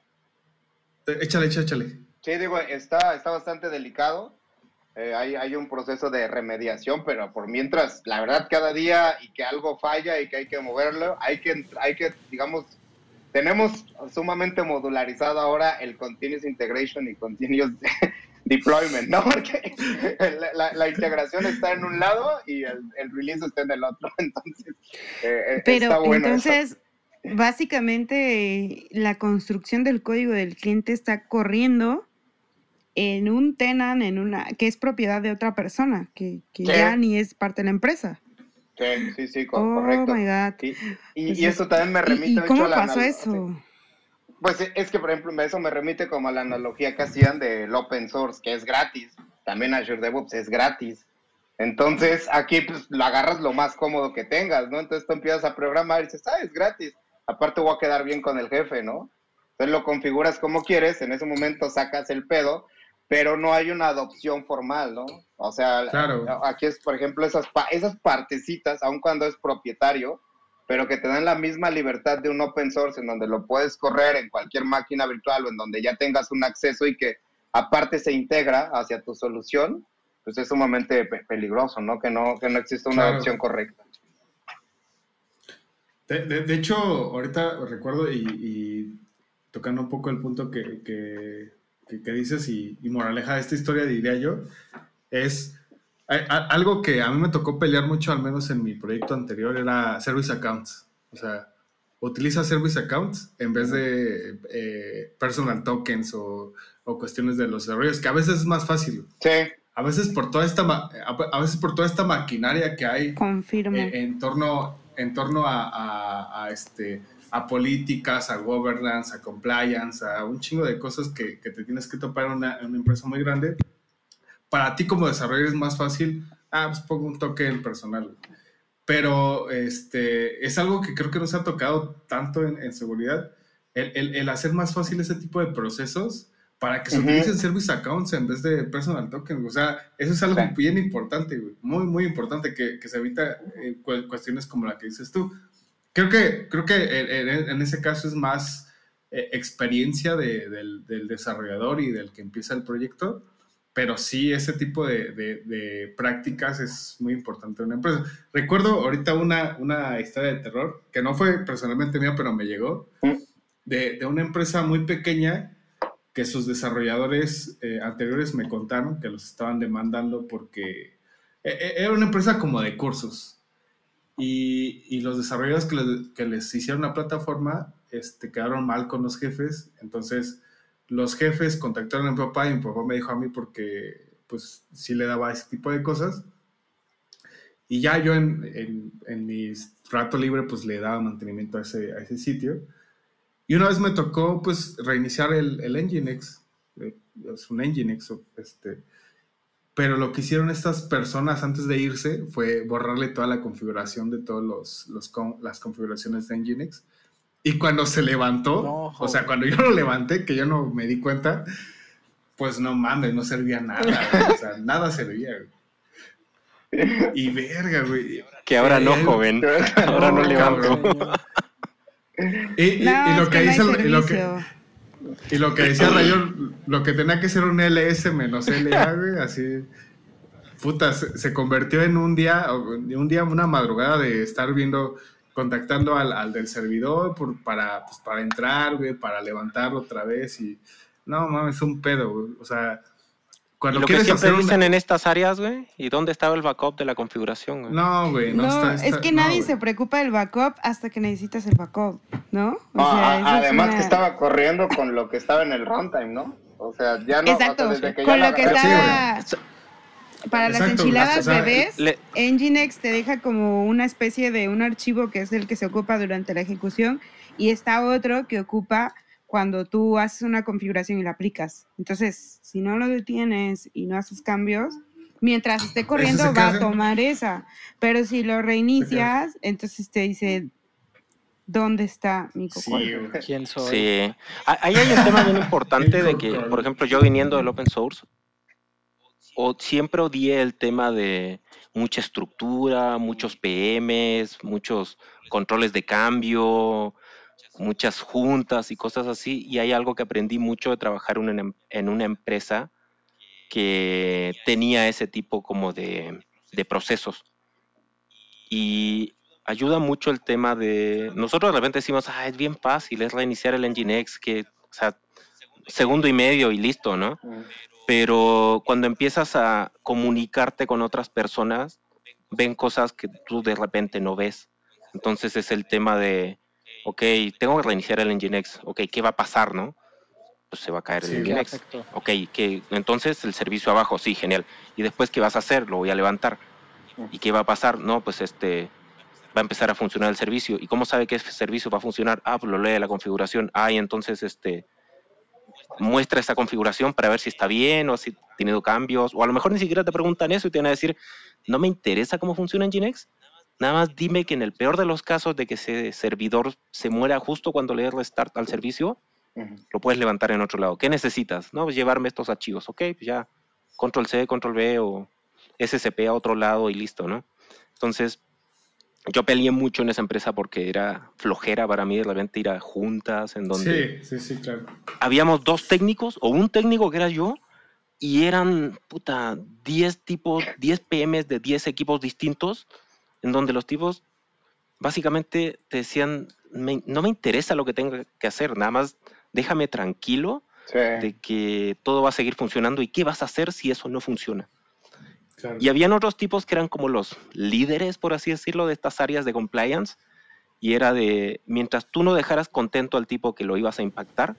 de, échale, échale, échale. Sí, digo, está, está bastante delicado. Eh, hay, hay un proceso de remediación, pero por mientras, la verdad, cada día y que algo falla y que hay que moverlo, hay que, hay que digamos, tenemos sumamente modularizado ahora el Continuous Integration y Continuous Deployment, ¿no? Porque la, la, la integración está en un lado y el, el release está en el otro, entonces eh, pero está bueno entonces, eso. Básicamente, la construcción del código del cliente está corriendo en un tenant, en una que es propiedad de otra persona, que, que sí. ya ni es parte de la empresa. Sí, sí, sí, oh, correcto. Oh, my God. Y, y, pues y es, eso también me remite... ¿Y, y cómo hecho, pasó la, eso? Sí. Pues es que, por ejemplo, eso me remite como a la analogía que hacían del open source, que es gratis. También Azure DevOps es gratis. Entonces, aquí pues lo agarras lo más cómodo que tengas, ¿no? Entonces tú empiezas a programar y dices, ah, es gratis. Aparte voy a quedar bien con el jefe, ¿no? Entonces lo configuras como quieres, en ese momento sacas el pedo, pero no hay una adopción formal, ¿no? O sea, claro. Aquí es, por ejemplo, esas, esas partecitas, aun cuando es propietario, pero que te dan la misma libertad de un open source en donde lo puedes correr en cualquier máquina virtual o en donde ya tengas un acceso y que aparte se integra hacia tu solución, pues es sumamente pe peligroso, ¿no? Que no, que no existe una claro. adopción correcta. De, de, de hecho, ahorita recuerdo y, y tocando un poco el punto que, que, que, que dices y, y moraleja de esta historia, diría yo, es... Algo que a mí me tocó pelear mucho, al menos en mi proyecto anterior, era Service Accounts. O sea, utiliza Service Accounts en vez de eh, Personal Tokens o, o cuestiones de los desarrollos, que a veces es más fácil. Sí. A veces por toda esta, a veces por toda esta maquinaria que hay Confirmo. Eh, en torno, en torno a, a, a, este, a políticas, a governance, a compliance, a un chingo de cosas que, que te tienes que topar en una, en una empresa muy grande. Para ti como desarrollador es más fácil, ah, pues pongo un token personal. Pero este, es algo que creo que nos ha tocado tanto en, en seguridad, el, el, el hacer más fácil ese tipo de procesos para que se uh-huh. utilicen service accounts en vez de personal tokens. O sea, eso es algo sí. bien importante, güey. Muy, muy importante, que, que se evita eh, cuestiones como la que dices tú. Creo que, creo que en, en, en ese caso es más eh, experiencia de, del, del desarrollador y del que empieza el proyecto. Pero sí, ese tipo de, de, de prácticas es muy importante en una empresa. Recuerdo ahorita una, una historia de terror, que no fue personalmente mía, pero me llegó, de, de una empresa muy pequeña que sus desarrolladores eh, anteriores me contaron que los estaban demandando porque Era una empresa como de cursos. Y, y los desarrolladores que, le, que les hicieron la plataforma este, quedaron mal con los jefes. Entonces, los jefes contactaron a mi papá y mi papá me dijo a mí porque, pues, sí le daba ese tipo de cosas. Y ya yo en, en, en mi rato libre, pues, le daba mantenimiento a ese, a ese sitio. Y una vez me tocó, pues, reiniciar el, el Nginx. Es un Nginx, este... Pero lo que hicieron estas personas antes de irse fue borrarle toda la configuración de todas los, los con, las configuraciones de Nginx. Y cuando se levantó, No, o sea, cuando yo lo levanté, que yo no me di cuenta, pues no mames, no servía nada, güey. O sea, nada servía, güey. Y verga, güey. Que ahora no, joven. Ahora no, no levanto. Y, y, no, y lo que dice el, y lo que Y lo que decía Rayón, lo que tenía que ser un L S menos L A, güey, así, puta, se, se convirtió en un día, un día, una madrugada de estar viendo, contactando al, al del servidor por, para, pues, para entrar, güey, para levantarlo otra vez y, no, mames, es un pedo, güey, o sea, cuando ¿Y lo quieres que siempre hacer dicen una... en estas áreas, güey? ¿Y dónde estaba el backup de la configuración, güey? No, güey, no, no está, está... es que no, nadie güey. se preocupa del backup hasta que necesitas el backup, ¿no? O no sea, a, además es una... que estaba corriendo con lo que estaba en el runtime, ¿no? O sea, ya no... Exacto, o sea, desde que con ya lo que agarré... estaba... Para Exacto, las enchiladas o sea, bebés, le... Nginx te deja como una especie de un archivo que es el que se ocupa durante la ejecución y está otro que ocupa cuando tú haces una configuración y la aplicas. Entonces, si no lo detienes y no haces cambios, mientras esté corriendo va a tomar esa. Pero si lo reinicias, entonces te dice, ¿dónde está mi cocoro? Sí, ¿Quién soy? Sí. Ahí hay un tema bien importante de que, por ejemplo, yo viniendo del open source, o siempre odié el tema de mucha estructura, muchos P Ms, muchos controles de cambio, muchas juntas y cosas así, y hay algo que aprendí mucho de trabajar un, en una empresa que tenía ese tipo como de, de procesos. Y ayuda mucho el tema de... Nosotros de repente decimos, ah, es bien fácil, es reiniciar el Nginx, que, o sea, segundo y medio y listo, ¿no? Mm. Pero cuando empiezas a comunicarte con otras personas, ven cosas que tú de repente no ves. Entonces es el tema de, ok, tengo que reiniciar el Nginx, ok, ¿qué va a pasar, no? Pues se va a caer sí, el Nginx. Perfecto. Ok, que entonces el servicio abajo, sí, genial. ¿Y después qué vas a hacer? Lo voy a levantar. ¿Y qué va a pasar? No, pues este, va a empezar a funcionar el servicio. ¿Y cómo sabe que ese servicio va a funcionar? Ah, pues lo lee la configuración. Ah, y entonces este, muestra esa configuración para ver si está bien o si ha tenido cambios. O a lo mejor ni siquiera te preguntan eso y te van a decir, no me interesa cómo funciona Nginx. Nada más dime que en el peor de los casos de que ese servidor se muera justo cuando le des restart al servicio, uh-huh. lo puedes levantar en otro lado. ¿Qué necesitas? No, pues llevarme estos archivos. Ok, pues ya, control C, control V o S S P a otro lado y listo, ¿no? Entonces, yo peleé mucho en esa empresa porque era flojera para mí de repente ir a juntas en donde... Sí, sí, sí, claro. Habíamos dos técnicos o un técnico que era yo y eran, puta, diez tipos, diez P Ms de diez equipos distintos en donde los tipos básicamente te decían, me, no me interesa lo que tenga que hacer, nada más déjame tranquilo sí. de que todo va a seguir funcionando y qué vas a hacer si eso no funciona. Claro. Y habían otros tipos que eran como los líderes, por así decirlo, de estas áreas de compliance, y era de, mientras tú no dejaras contento al tipo que lo ibas a impactar,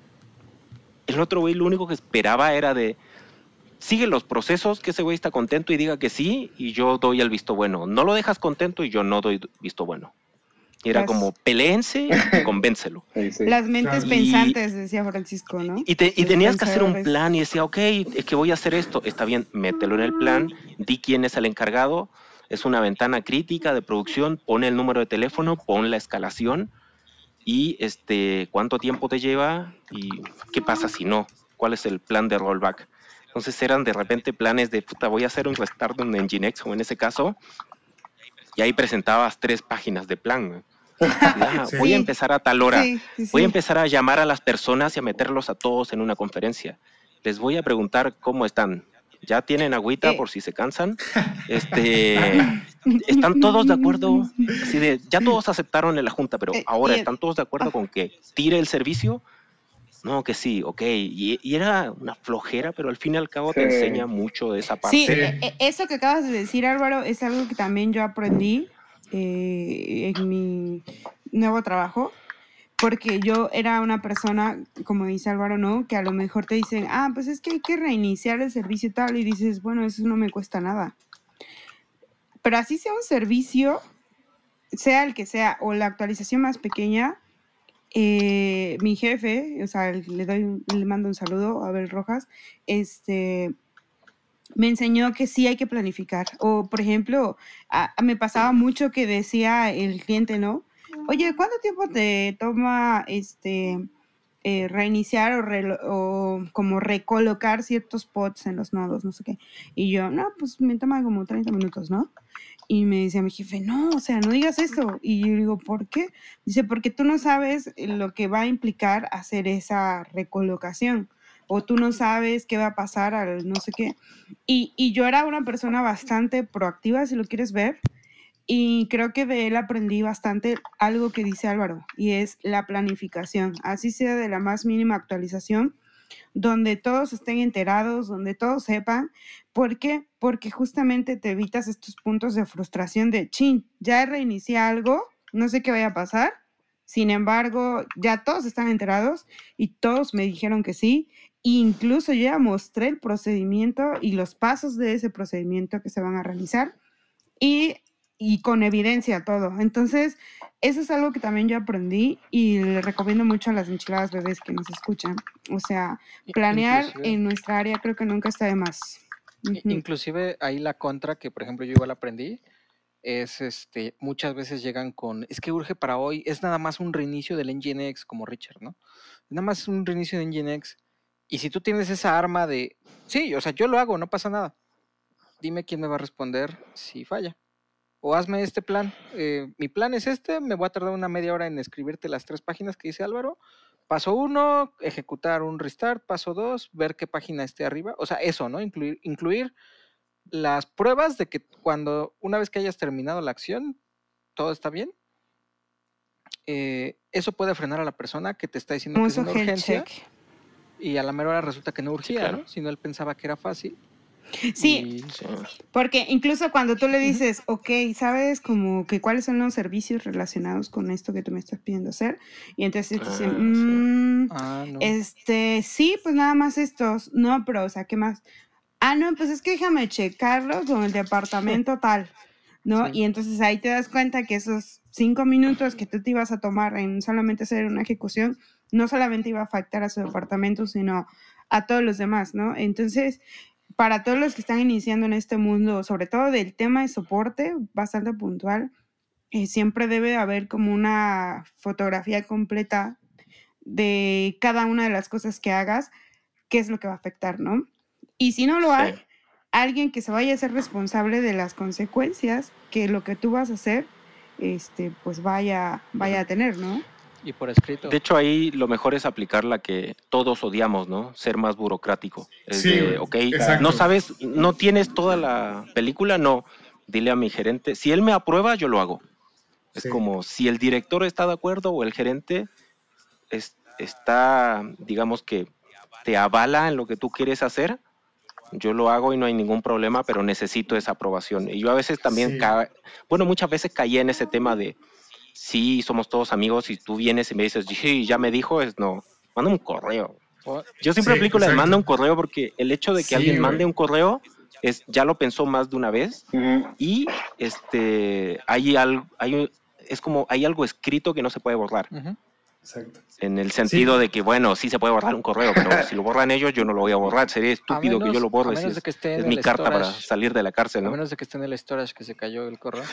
el otro güey lo único que esperaba era de, sigue los procesos, que ese güey está contento y diga que sí, y yo doy el visto bueno. No lo dejas contento y yo no doy visto bueno. Y era Las... como, peléense y convéncelo. Sí, sí. Las mentes y... pensantes, decía Francisco, ¿no? Y, te, y tenías que hacer un plan y decía, ok, es que voy a hacer esto. Está bien, mételo en el plan, di quién es el encargado, es una ventana crítica de producción, pon el número de teléfono, pon la escalación y este, cuánto tiempo te lleva y qué pasa si no, cuál es el plan de rollback. Entonces eran de repente planes de, puta, voy a hacer un restart de un Nginx, o en ese caso, y ahí presentabas tres páginas de plan. Ah, sí. Voy a empezar a tal hora, sí, sí, sí. voy a empezar a llamar a las personas y a meterlos a todos en una conferencia. Les voy a preguntar cómo están. ¿Ya tienen agüita eh. por si se cansan? Este, ¿están todos de acuerdo? Así de, ya todos aceptaron en la junta, pero eh, ahora, ¿están todos de acuerdo ah. con que tire el servicio? no, que sí, ok. Y, y era una flojera, pero al fin y al cabo Sí. te enseña mucho de esa Sí, parte. e- e- eso que acabas de decir, Álvaro, es algo que también yo aprendí eh, en mi nuevo trabajo, porque yo era una persona, como dice Álvaro, ¿no? Que a lo mejor te dicen, ah, pues es que hay que reiniciar el servicio y tal, y dices, bueno, eso no me cuesta nada. Pero así sea un servicio, sea el que sea, o la actualización más pequeña, eh, mi jefe, o sea, le doy, un- le mando un saludo a Abel Rojas, este, me enseñó que sí hay que planificar. O, por ejemplo, a- a- me pasaba mucho que decía el cliente, ¿no? Oye, ¿cuánto tiempo te toma este eh, reiniciar o, relo- o como recolocar ciertos pods en los nodos, no sé qué? Y yo, no, pues me toma como treinta minutos, ¿no? Y me decía mi jefe, no, o sea, no digas eso. Y yo digo, ¿por qué? Dice, porque tú no sabes lo que va a implicar hacer esa recolocación. O tú no sabes qué va a pasar al no sé qué. Y, y yo era una persona bastante proactiva, si lo quieres ver. Y creo que de él aprendí bastante algo que dice Álvaro, y es la planificación. Así sea de la más mínima actualización, donde todos estén enterados, donde todos sepan. ¿Por qué? Porque justamente te evitas estos puntos de frustración de, chin, ya reinicié algo, no sé qué vaya a pasar. Sin embargo, ya todos están enterados y todos me dijeron que sí. Incluso yo ya mostré el procedimiento y los pasos de ese procedimiento que se van a realizar y, y con evidencia todo. Entonces, eso es algo que también yo aprendí y le recomiendo mucho a las enchiladas bebés que nos escuchan. O sea, I- planear Inclusive, en nuestra área creo que nunca está de más. i- Ujú. inclusive ahí la contra que, por ejemplo, yo igual aprendí es, este, muchas veces llegan con, es que urge para hoy, es nada más un reinicio del Nginx, como Richard, ¿no? Nada más un reinicio de Nginx. Y si tú tienes esa arma de, sí, o sea, yo lo hago, no pasa nada. Dime quién me va a responder si falla. O hazme este plan. Eh, mi plan es este, me voy a tardar una media hora en escribirte las tres páginas que dice Álvaro. Paso uno, ejecutar un restart. Paso dos, ver qué página esté arriba. O sea, eso, ¿no? Incluir, incluir las pruebas de que cuando, una vez que hayas terminado la acción, todo está bien. Eh, eso puede frenar a la persona que te está diciendo que es Famoso una health urgencia check. y a la mera hora resulta que no Sí, urgía, claro. ¿no? Sino él pensaba que era fácil. Sí, Y Sí. porque incluso cuando tú le Ujú. dices, ok, ¿sabes como que cuáles son los servicios relacionados con esto que tú me estás pidiendo hacer? Y entonces te dicen, Ah, sí. "Mm, Ah, no. este, sí, pues nada más estos. No, pero, o sea, ¿qué más? Ah, no, pues es que déjame checarlo con el departamento tal, ¿no? Sí. Y entonces ahí te das cuenta que esos cinco minutos que tú te ibas a tomar en solamente hacer una ejecución, no solamente iba a afectar a su departamento, sino a todos los demás, ¿no? Entonces, para todos los que están iniciando en este mundo, sobre todo del tema de soporte, bastante puntual, eh, siempre debe haber como una fotografía completa de cada una de las cosas que hagas, qué es lo que va a afectar, ¿no? Y si no lo hay, Sí. alguien que se vaya a ser responsable de las consecuencias que lo que tú vas a hacer, este, pues vaya, vaya Ujú. a tener, ¿no? Y por escrito. De hecho, ahí lo mejor es aplicar la que todos odiamos, ¿no? Ser más burocrático. Es Sí, de, güey, ok, exacto. no sabes, no tienes toda la película, no. Dile a mi gerente, si él me aprueba, yo lo hago. Es Sí. como si el director está de acuerdo o el gerente es- está, digamos que te avala en lo que tú quieres hacer, yo lo hago y no hay ningún problema, pero necesito esa aprobación. Y yo a veces también, Sí. ca- bueno, muchas veces caí en ese tema de, sí, somos todos amigos y tú vienes y me dices, sí, ya me dijo, es no, manda un correo. O- Yo siempre Sí, aplico la de exacto. manda un correo porque el hecho de que Sí, alguien güey. mande un correo es, ya lo pensó más de una vez Ujú. y este, hay algo, hay, es como, hay algo escrito que no se puede borrar. Ujú. Exacto. En el Sí, sentido de que, bueno, sí se puede borrar un correo, pero si lo borran ellos, yo no lo voy a borrar. Sería A estúpido que yo menos, lo a borre si menos de es, que esté en es mi el carta para storage. salir de la cárcel, A ¿no? menos de que esté en el storage que se cayó el correo.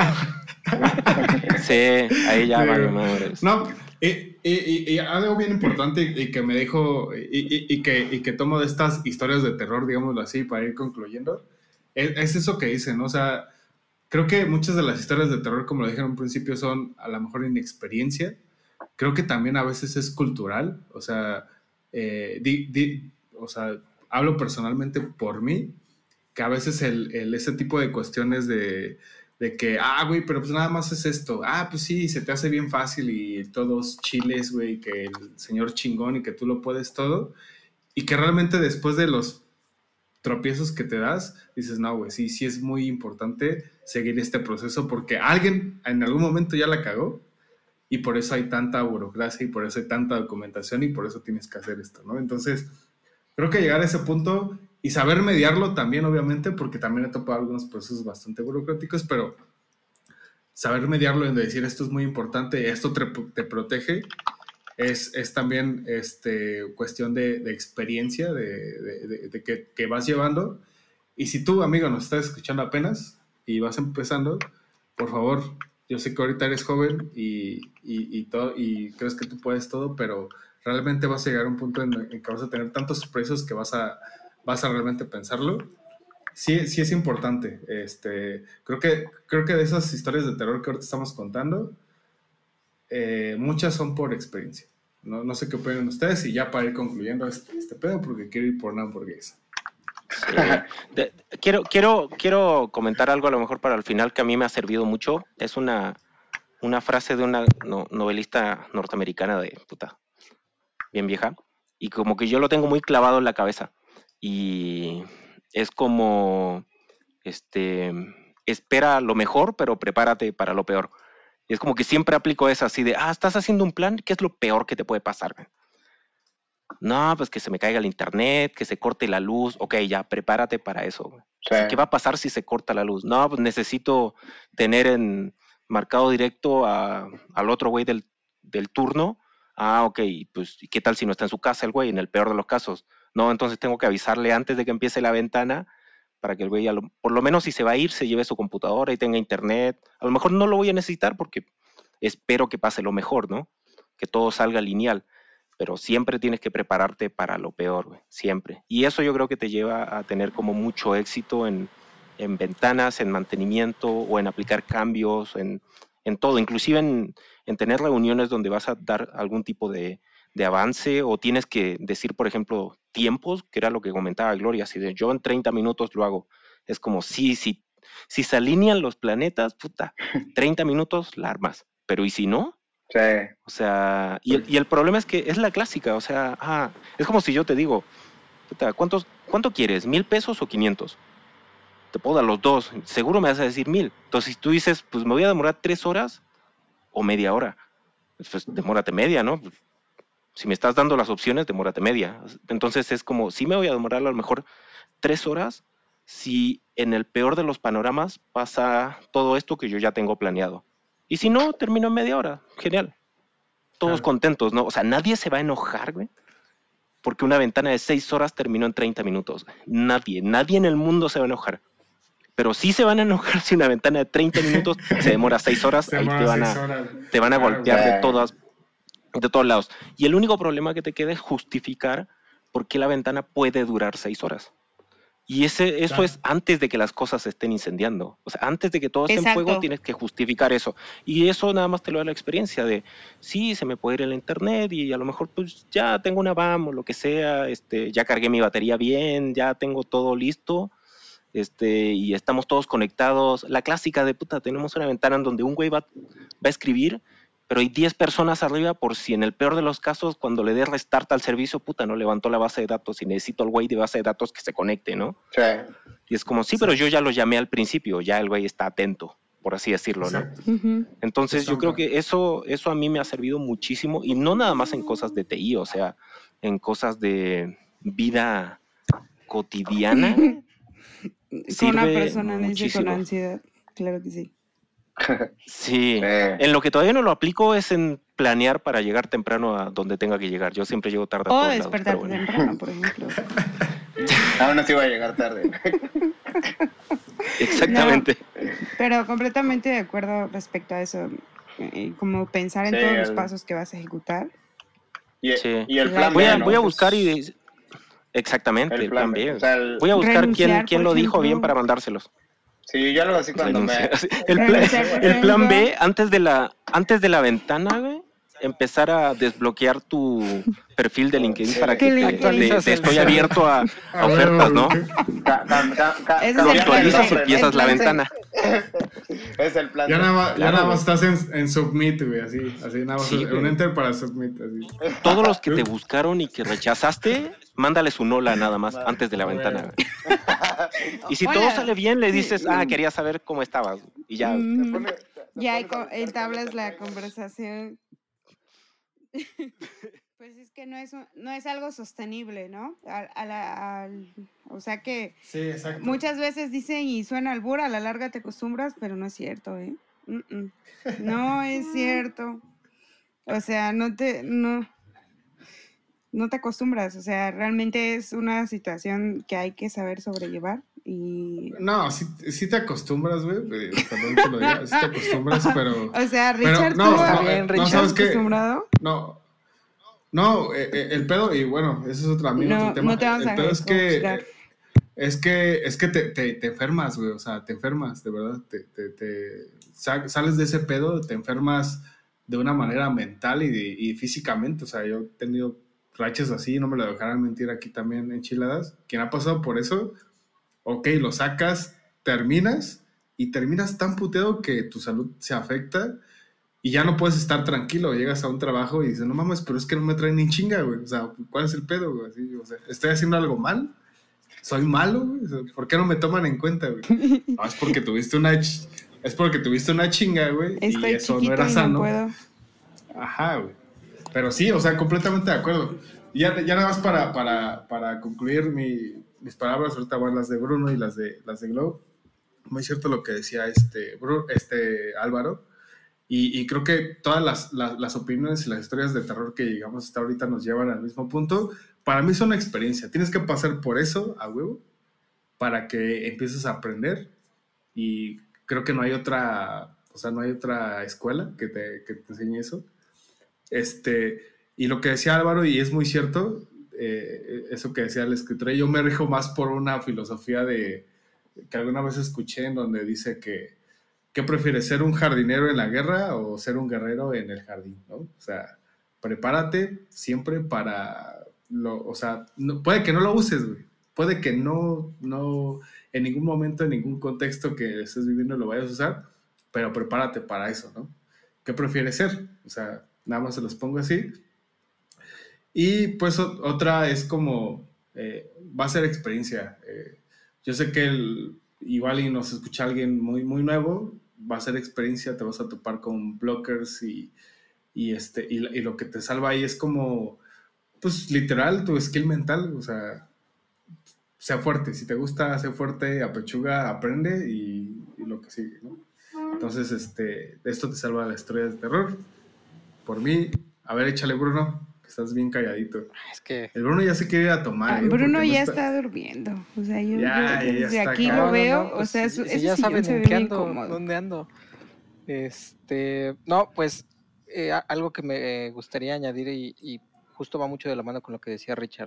Sí, ahí ya Sí, vale güey. madres. No, y, y- y- y algo bien importante y que me dejo y, y- y que, y que tomo de estas historias de terror, digámoslo así, para ir concluyendo, es, es eso que dicen, ¿no? O sea, creo que muchas de las historias de terror, como lo dije en un principio, son a lo mejor inexperiencia. Creo que también a veces es cultural, o sea, eh, di- di- o sea, hablo personalmente por mí, que a veces el, el- ese tipo de cuestiones de, de que, ah, güey, pero pues nada más es esto. Ah, pues sí, se te hace bien fácil y todos chiles, güey, que el señor chingón y que tú lo puedes todo. Y que realmente después de los tropiezos que te das, dices, no, güey, sí, sí es muy importante seguir este proceso porque alguien en algún momento ya la cagó y por eso hay tanta burocracia y por eso hay tanta documentación y por eso tienes que hacer esto, ¿no? Entonces, creo que llegar a ese punto y saber mediarlo también, obviamente, porque también he topado algunos procesos bastante burocráticos, pero saber mediarlo en decir esto es muy importante, esto te, te protege, es, es también este, cuestión de, de experiencia de, de, de, de que, que vas llevando. Y si tú, amigo, nos estás escuchando apenas y vas empezando, por favor, yo sé que ahorita eres joven y, y, y, todo, y crees que tú puedes todo, pero realmente vas a llegar a un punto en, en que vas a tener tantos precios que vas a, vas a realmente pensarlo. Sí, sí es importante. Este, creo que, creo que de esas historias de terror que ahorita estamos contando, eh, muchas son por experiencia. No, no sé qué opinan ustedes y ya para ir concluyendo este, este pedo porque quiero ir por una hamburguesa. Sí. De, quiero, quiero, quiero comentar algo a lo mejor para el final que a mí me ha servido mucho. Es una, una frase de una no, novelista norteamericana de puta, bien vieja, y como que yo lo tengo muy clavado en la cabeza. Y es como, este, espera lo mejor, pero prepárate para lo peor. Y es como que siempre aplico esa así de, ah, estás haciendo un plan, ¿qué es lo peor que te puede pasar? No, pues que se me caiga el internet, que se corte la luz. Ok, ya, prepárate para eso. Sí. ¿Qué va a pasar si se corta la luz? No, pues necesito tener en marcado directo a, al otro güey del, del turno. Ah, ok, pues ¿y qué tal si no está en su casa el güey? En el peor de los casos. No, entonces tengo que avisarle antes de que empiece la ventana para que el güey, a lo, por lo menos si se va a ir, se lleve su computadora y tenga internet. A lo mejor no lo voy a necesitar porque espero que pase lo mejor, ¿no? Que todo salga lineal. Pero siempre tienes que prepararte para lo peor, güey, siempre. Y eso yo creo que te lleva a tener como mucho éxito en, en ventanas, en mantenimiento o en aplicar cambios, en, en todo, inclusive en, en tener reuniones donde vas a dar algún tipo de, de avance o tienes que decir, por ejemplo, tiempos, que era lo que comentaba Gloria, si de yo en treinta minutos lo hago. Es como, sí, sí, si se alinean los planetas, puta, treinta minutos la armas, pero ¿y si no? Sí. O sea, y el, y el problema es que es la clásica, o sea, ah, es como si yo te digo, ¿cuántos, ¿cuánto quieres? ¿Mil pesos o quinientos? Te puedo dar los dos, seguro me vas a decir mil. Entonces, si tú dices, pues me voy a demorar tres horas o media hora, pues demórate media, ¿no? Pues, si me estás dando las opciones, demórate media. Entonces es como, sí me voy a demorar a lo mejor tres horas si en el peor de los panoramas pasa todo esto que yo ya tengo planeado. Y si no, termino en media hora. Genial. Todos claro. contentos, ¿no? O sea, nadie se va a enojar, güey, porque una ventana de seis horas terminó en treinta minutos. Nadie, nadie en el mundo se va a enojar. Pero sí se van a enojar si una ventana de treinta minutos se demora seis horas. Ahí te van a, te van a claro, golpear güey. de todas, de todos lados. Y el único problema que te queda es justificar por qué la ventana puede durar seis horas. Y ese, eso claro. es antes de que las cosas se estén incendiando. O sea, antes de que todo esté Exacto. en fuego, tienes que justificar eso. Y eso nada más te lo da la experiencia de, sí, se me puede ir el internet y a lo mejor pues ya tengo una V A M o lo que sea, este, ya cargué mi batería bien, ya tengo todo listo, este, y estamos todos conectados. La clásica de, puta, tenemos una ventana en donde un güey va, va a escribir, pero hay diez personas arriba por si en el peor de los casos, cuando le dé restart al servicio, puta, no levantó la base de datos y necesito al güey de base de datos que se conecte, ¿no? Sí. Y es como, sí, pero yo ya lo llamé al principio, ya el güey está atento, por así decirlo, ¿no? Uh-huh. Entonces yo creo que eso, eso a mí me ha servido muchísimo y no nada más en cosas de T I, o sea, en cosas de vida cotidiana. Con una persona con ansiedad, claro que sí. Sí, eh. en lo que todavía no lo aplico es en planear para llegar temprano a donde tenga que llegar. Yo siempre llego tarde a todos lados. O despertar bueno. temprano, por ejemplo. Aún así voy a llegar tarde. Exactamente. No, pero completamente de acuerdo respecto a eso. Eh, como pensar en sí, todos el... los pasos que vas a ejecutar. Y, sí. y el plan voy a, B, ¿no? Voy a buscar y... Exactamente, el plan, el plan B. B. O sea, el... Voy a buscar quién, quién lo ejemplo... dijo bien para mandárselos. Sí, yo lo así cuando me... El plan, el plan B, antes de la, antes de la ventana, güey, empezar a desbloquear tu perfil de LinkedIn Sí. para Que que te, te- actualizas te el estoy C V. abierto a, a Ah, ofertas, bueno, ¿no? ¿qué? Ca- cam- cam- ca- Ese es Lo el cambiarle el plan actualizas y C. nombre, empiezas El la plan C. ventana. es el plan Ya C. nada más, ya Claro, nada más güey. estás en, en submit, güey, así, así nada más, Sí, un güey. enter para submit, así. Todos los que te buscaron y que rechazaste, mándales un hola nada más Madre. antes de la Ah, ventana, güey. güey. Y si todo Hola. sale bien, le Sí. dices, ah, quería saber cómo estabas. Y ya, güey. Te Ujú. pone- te- te Ya pones a co- buscar entablas cuál la es el traigo. conversación. Pues es que no es, un- no es algo sostenible, ¿no? Al- a la- al- o sea que Sí, exacto. muchas veces dicen y suena albur, a la larga te acostumbras, pero no es cierto, ¿eh? Mm, mm. No es cierto. O sea, no te, no, no te acostumbras. O sea, realmente es una situación que hay que saber sobrellevar y... No, sí, sí te acostumbras, güey, eh, perdón que lo diga, sí te acostumbras, pero... O sea, Pero Richard, no, ¿tú Está no, bien, eh, no, Richard. estás ¿sabes qué? acostumbrado? No, no, eh, eh, el pedo, y bueno, ese es otro, también otro No, tema, no te vamos el a pedo es que... juzgar. eh, Es que, es que te, te, te enfermas, güey, o sea, te enfermas, de verdad, te, te, te sa- sales de ese pedo, te enfermas de una manera mental y, de- y físicamente, o sea, yo he tenido rachas así, no me lo dejarán mentir aquí también enchiladas, quien ha pasado por eso, ok, lo sacas, terminas, y terminas tan puteado que tu salud se afecta, y ya no puedes estar tranquilo, llegas a un trabajo y dices, no mames, pero es que no me traen ni chinga, güey, o sea, ¿cuál es el pedo, güey? Así, o sea, ¿estoy haciendo algo mal? ¿Soy malo, güey? O sea, ¿por qué no me toman en cuenta, güey? No, es porque tuviste una ch- es porque tuviste una chinga, güey, y Estoy eso no chiquito era y no sano. puedo. Ajá, güey. Pero sí, o sea, completamente de acuerdo. Y Ya, ya nada más para, para, para concluir mi- mis palabras, ahorita van las de Bruno y las de las de Glow. Muy cierto lo que decía este, Bru- este Álvaro. Y, y creo que todas las, las, las opiniones y las historias de terror que llegamos hasta ahorita nos llevan al mismo punto. Para mí es una experiencia. Tienes que pasar por eso a huevo para que empieces a aprender. Y creo que no hay otra, o sea, no hay otra escuela que te, que te enseñe eso. Este, y lo que decía Álvaro, y es muy cierto, eh, eso que decía el escritor, yo me rijo más por una filosofía de que alguna vez escuché en donde dice que ¿qué prefieres, ser un jardinero en la guerra o ser un guerrero en el jardín? ¿No? O sea, prepárate siempre para, lo, o sea, no, puede que no lo uses, güey. Puede que no, no, en ningún momento, en ningún contexto que estés viviendo lo vayas a usar, pero prepárate para eso, ¿no? ¿Qué prefieres ser? O sea, nada más se los pongo así. Y pues o- otra es como, eh, va a ser experiencia. Eh, yo sé que el, igual y nos escucha alguien muy, muy nuevo, va a ser experiencia, te vas a topar con blockers y, y, este, y, y lo que te salva ahí es como, pues literal, tu skill mental, o sea, sea fuerte. Si te gusta, sé fuerte, apechuga, aprende y, y lo que sigue, ¿no? Entonces, este, de esto te salva la historia del terror. Por mí, a ver, échale, Bruno, que estás bien calladito. Es que El Bruno ya se quiere ir a tomar, Ah, ¿eh? Bruno Porque no ya está... está durmiendo. O sea, yo, Ya, yo ya desde está aquí acá. lo no, no, veo. no, O pues sea, si, su- si ese ya sillón saben se en ve qué bien ando, cómodo. dónde ando. Este, no, pues eh, a- algo que me gustaría añadir y, y justo va mucho de la mano con lo que decía Richard.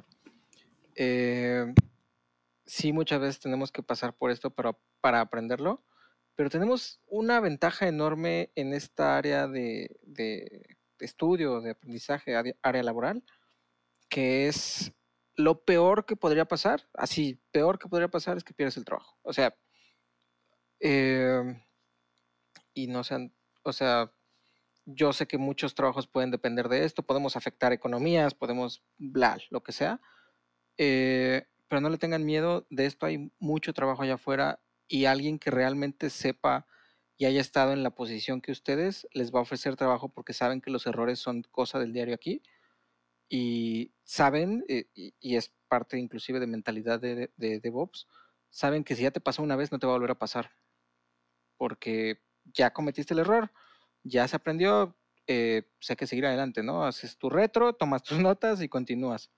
Eh, sí, muchas veces tenemos que pasar por esto para, para aprenderlo, pero tenemos una ventaja enorme en esta área de, de- de estudio, de aprendizaje, área, área laboral, que es lo peor que podría pasar, así, peor que podría pasar es que pierdes el trabajo. O sea, eh, y no sean, o sea, yo sé que muchos trabajos pueden depender de esto, podemos afectar economías, podemos, bla, lo que sea, eh, pero no le tengan miedo, de esto hay mucho trabajo allá afuera y alguien que realmente sepa y haya estado en la posición que ustedes les va a ofrecer trabajo porque saben que los errores son cosa del diario aquí y saben, eh, y, y es parte inclusive de mentalidad de, de, de DevOps, saben que si ya te pasó una vez no te va a volver a pasar porque ya cometiste el error, ya se aprendió, eh, pues hay que seguir adelante, ¿no? Haces tu retro, tomas tus notas y continúas.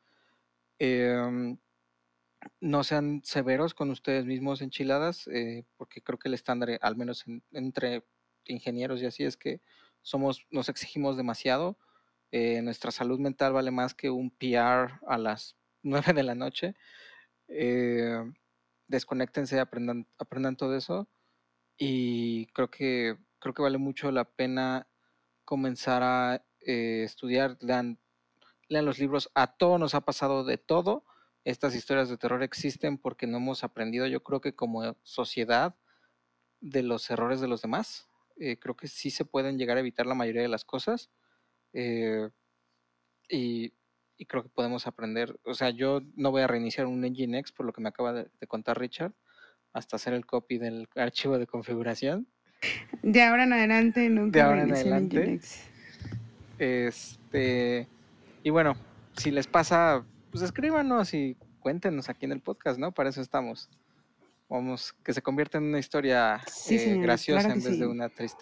Eh, no sean severos con ustedes mismos enchiladas, eh, porque creo que el estándar, eh, al menos en, entre ingenieros y así, es que somos, nos exigimos demasiado. Eh, nuestra salud mental vale más que un P R a las nueve de la noche. Eh, desconéctense, aprendan, aprendan todo eso. Y creo que, creo que vale mucho la pena comenzar a eh, estudiar, lean, lean los libros. A todos nos ha pasado de todo. Estas historias de terror existen porque no hemos aprendido, yo creo que como sociedad, de los errores de los demás. Eh, creo que sí se pueden llegar a evitar la mayoría de las cosas. Eh, y, y creo que podemos aprender. O sea, yo no voy a reiniciar un Nginx por lo que me acaba de, de contar Richard, hasta hacer el copy del archivo de configuración. De ahora en adelante nunca De ahora en reinicié adelante. Nginx. Este, y bueno, si les pasa, pues escríbanos y cuéntenos aquí en el podcast, ¿no? Para eso estamos. Vamos, que se convierta en una historia Sí, eh, señor, graciosa claro en que vez sí. de una triste.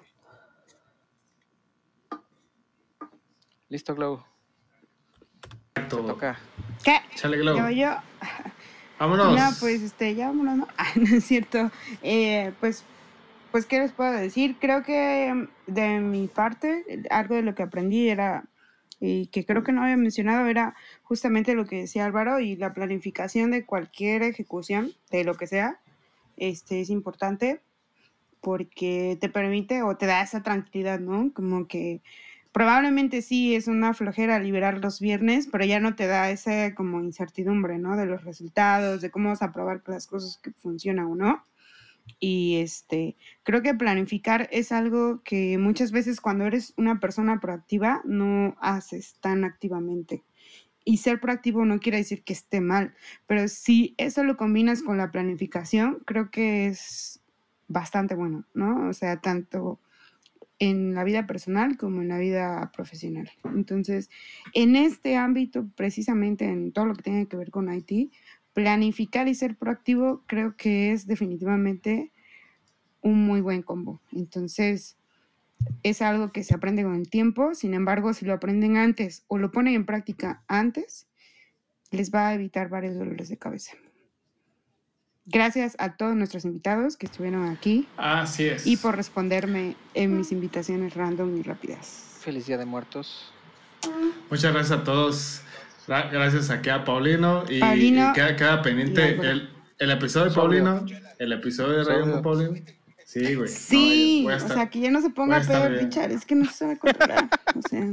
Listo, Glow. Te toca. ¿Qué? Chale, Glow. Yo, yo. Vámonos. No, pues este, ya vámonos, ¿no? Ah, no es cierto. Eh, pues, pues, ¿qué les puedo decir? Creo que de mi parte, algo de lo que aprendí era, y que creo que no había mencionado, era justamente lo que decía Álvaro, y la planificación de cualquier ejecución, de lo que sea, este, es importante porque te permite o te da esa tranquilidad, ¿no? Como que probablemente sí es una flojera liberar los viernes, pero ya no te da esa como incertidumbre, ¿no? De los resultados, de cómo vas a probar que las cosas que funcionan o no. Y este, creo que planificar es algo que muchas veces cuando eres una persona proactiva no haces tan activamente. Y ser proactivo no quiere decir que esté mal, pero si eso lo combinas con la planificación, creo que es bastante bueno, ¿no? O sea, tanto en la vida personal como en la vida profesional. Entonces, en este ámbito, precisamente en todo lo que tiene que ver con I T, planificar y ser proactivo creo que es definitivamente un muy buen combo. Entonces, es algo que se aprende con el tiempo. Sin embargo, si lo aprenden antes o lo ponen en práctica antes, les va a evitar varios dolores de cabeza. Gracias a todos nuestros invitados que estuvieron aquí. Así es. Y por responderme en mis invitaciones random y rápidas. Feliz Día de Muertos. Muchas gracias a todos. Gracias aquí a Paulino. Y, Paulino, y queda, queda pendiente el, el episodio de Paulino, el episodio de Rayo con Paulino. Sí, güey. Sí, no, estar, o sea, que ya no se ponga peor, Richard. Es que no se sabe controlar. O sea.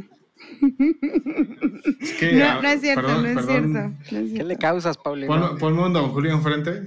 Es que, no, no es cierto, perdón, no, es perdón. cierto, no es cierto. ¿Qué le causas, Paulino? Pon, ponme un Don Julio enfrente.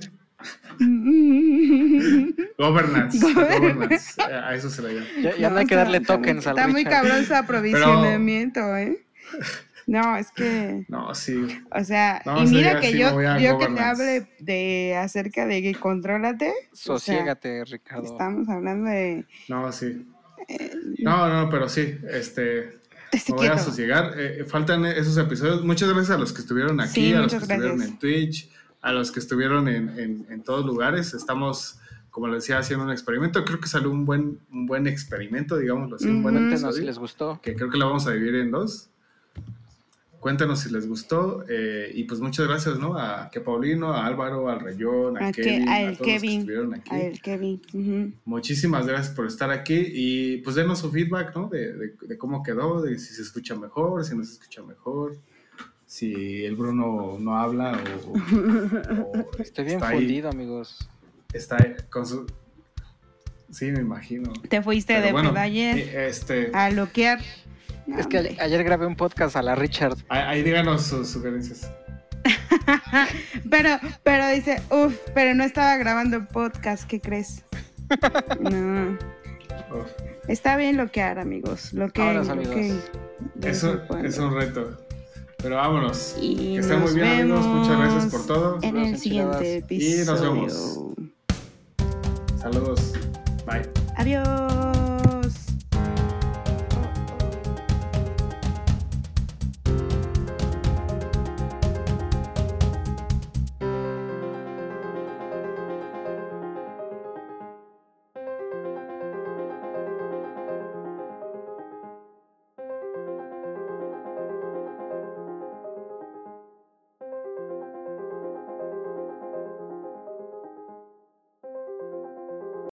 Governance. Governance. A eso se le llama. Ya, ya no, no hay que darle tokens al Está Richard. muy cabrón su aprovisionamiento, Pero... ¿eh? No, es que... No, sí. O sea, no, y mira sí, que sí, yo, yo que te governance. hable de acerca de que contrólate. Sosiégate, o sea, Ricardo. Estamos hablando de... No, sí. Eh, no, no, pero sí, este... Me voy a sosiegar. Eh, faltan esos episodios. Muchas gracias a los que estuvieron aquí, sí, a los que gracias. estuvieron en Twitch, a los que estuvieron en, en, en todos lugares. Estamos, como les decía, haciendo un experimento. Creo que salió un buen, un buen experimento, digámoslo así, un buen Cuéntenos episodio, si les gustó. Que creo que lo vamos a dividir en dos. Cuéntanos si les gustó. Eh, y pues muchas gracias, ¿no? A que Paulino, a Álvaro, al Rayón, a, a Kevin, que, a, el a todos Kevin, los que estuvieron aquí. A el Kevin. Uh-huh. Muchísimas gracias por estar aquí y pues denos su feedback, ¿no? De, de, de cómo quedó, de si se escucha mejor, si no se escucha mejor, si el Bruno no habla o... o Estoy bien fundido, amigos. Está ahí con su... Sí, me imagino. Te fuiste Pero de bueno, pedo ayer este... a loquear. No, es que hombre. ayer grabé un podcast a la Richard. Ahí, ahí díganos sus sugerencias. pero, pero dice, uff, pero no estaba grabando podcast, ¿qué crees? No. Uf. Está bien loquear, amigos. Loqueen, Vámonos, amigos. Eso es un reto. Pero vámonos. Y que estén muy bien, amigos. Muchas gracias por todo. En el siguiente episodio. Y nos vemos. Saludos. Bye. Adiós.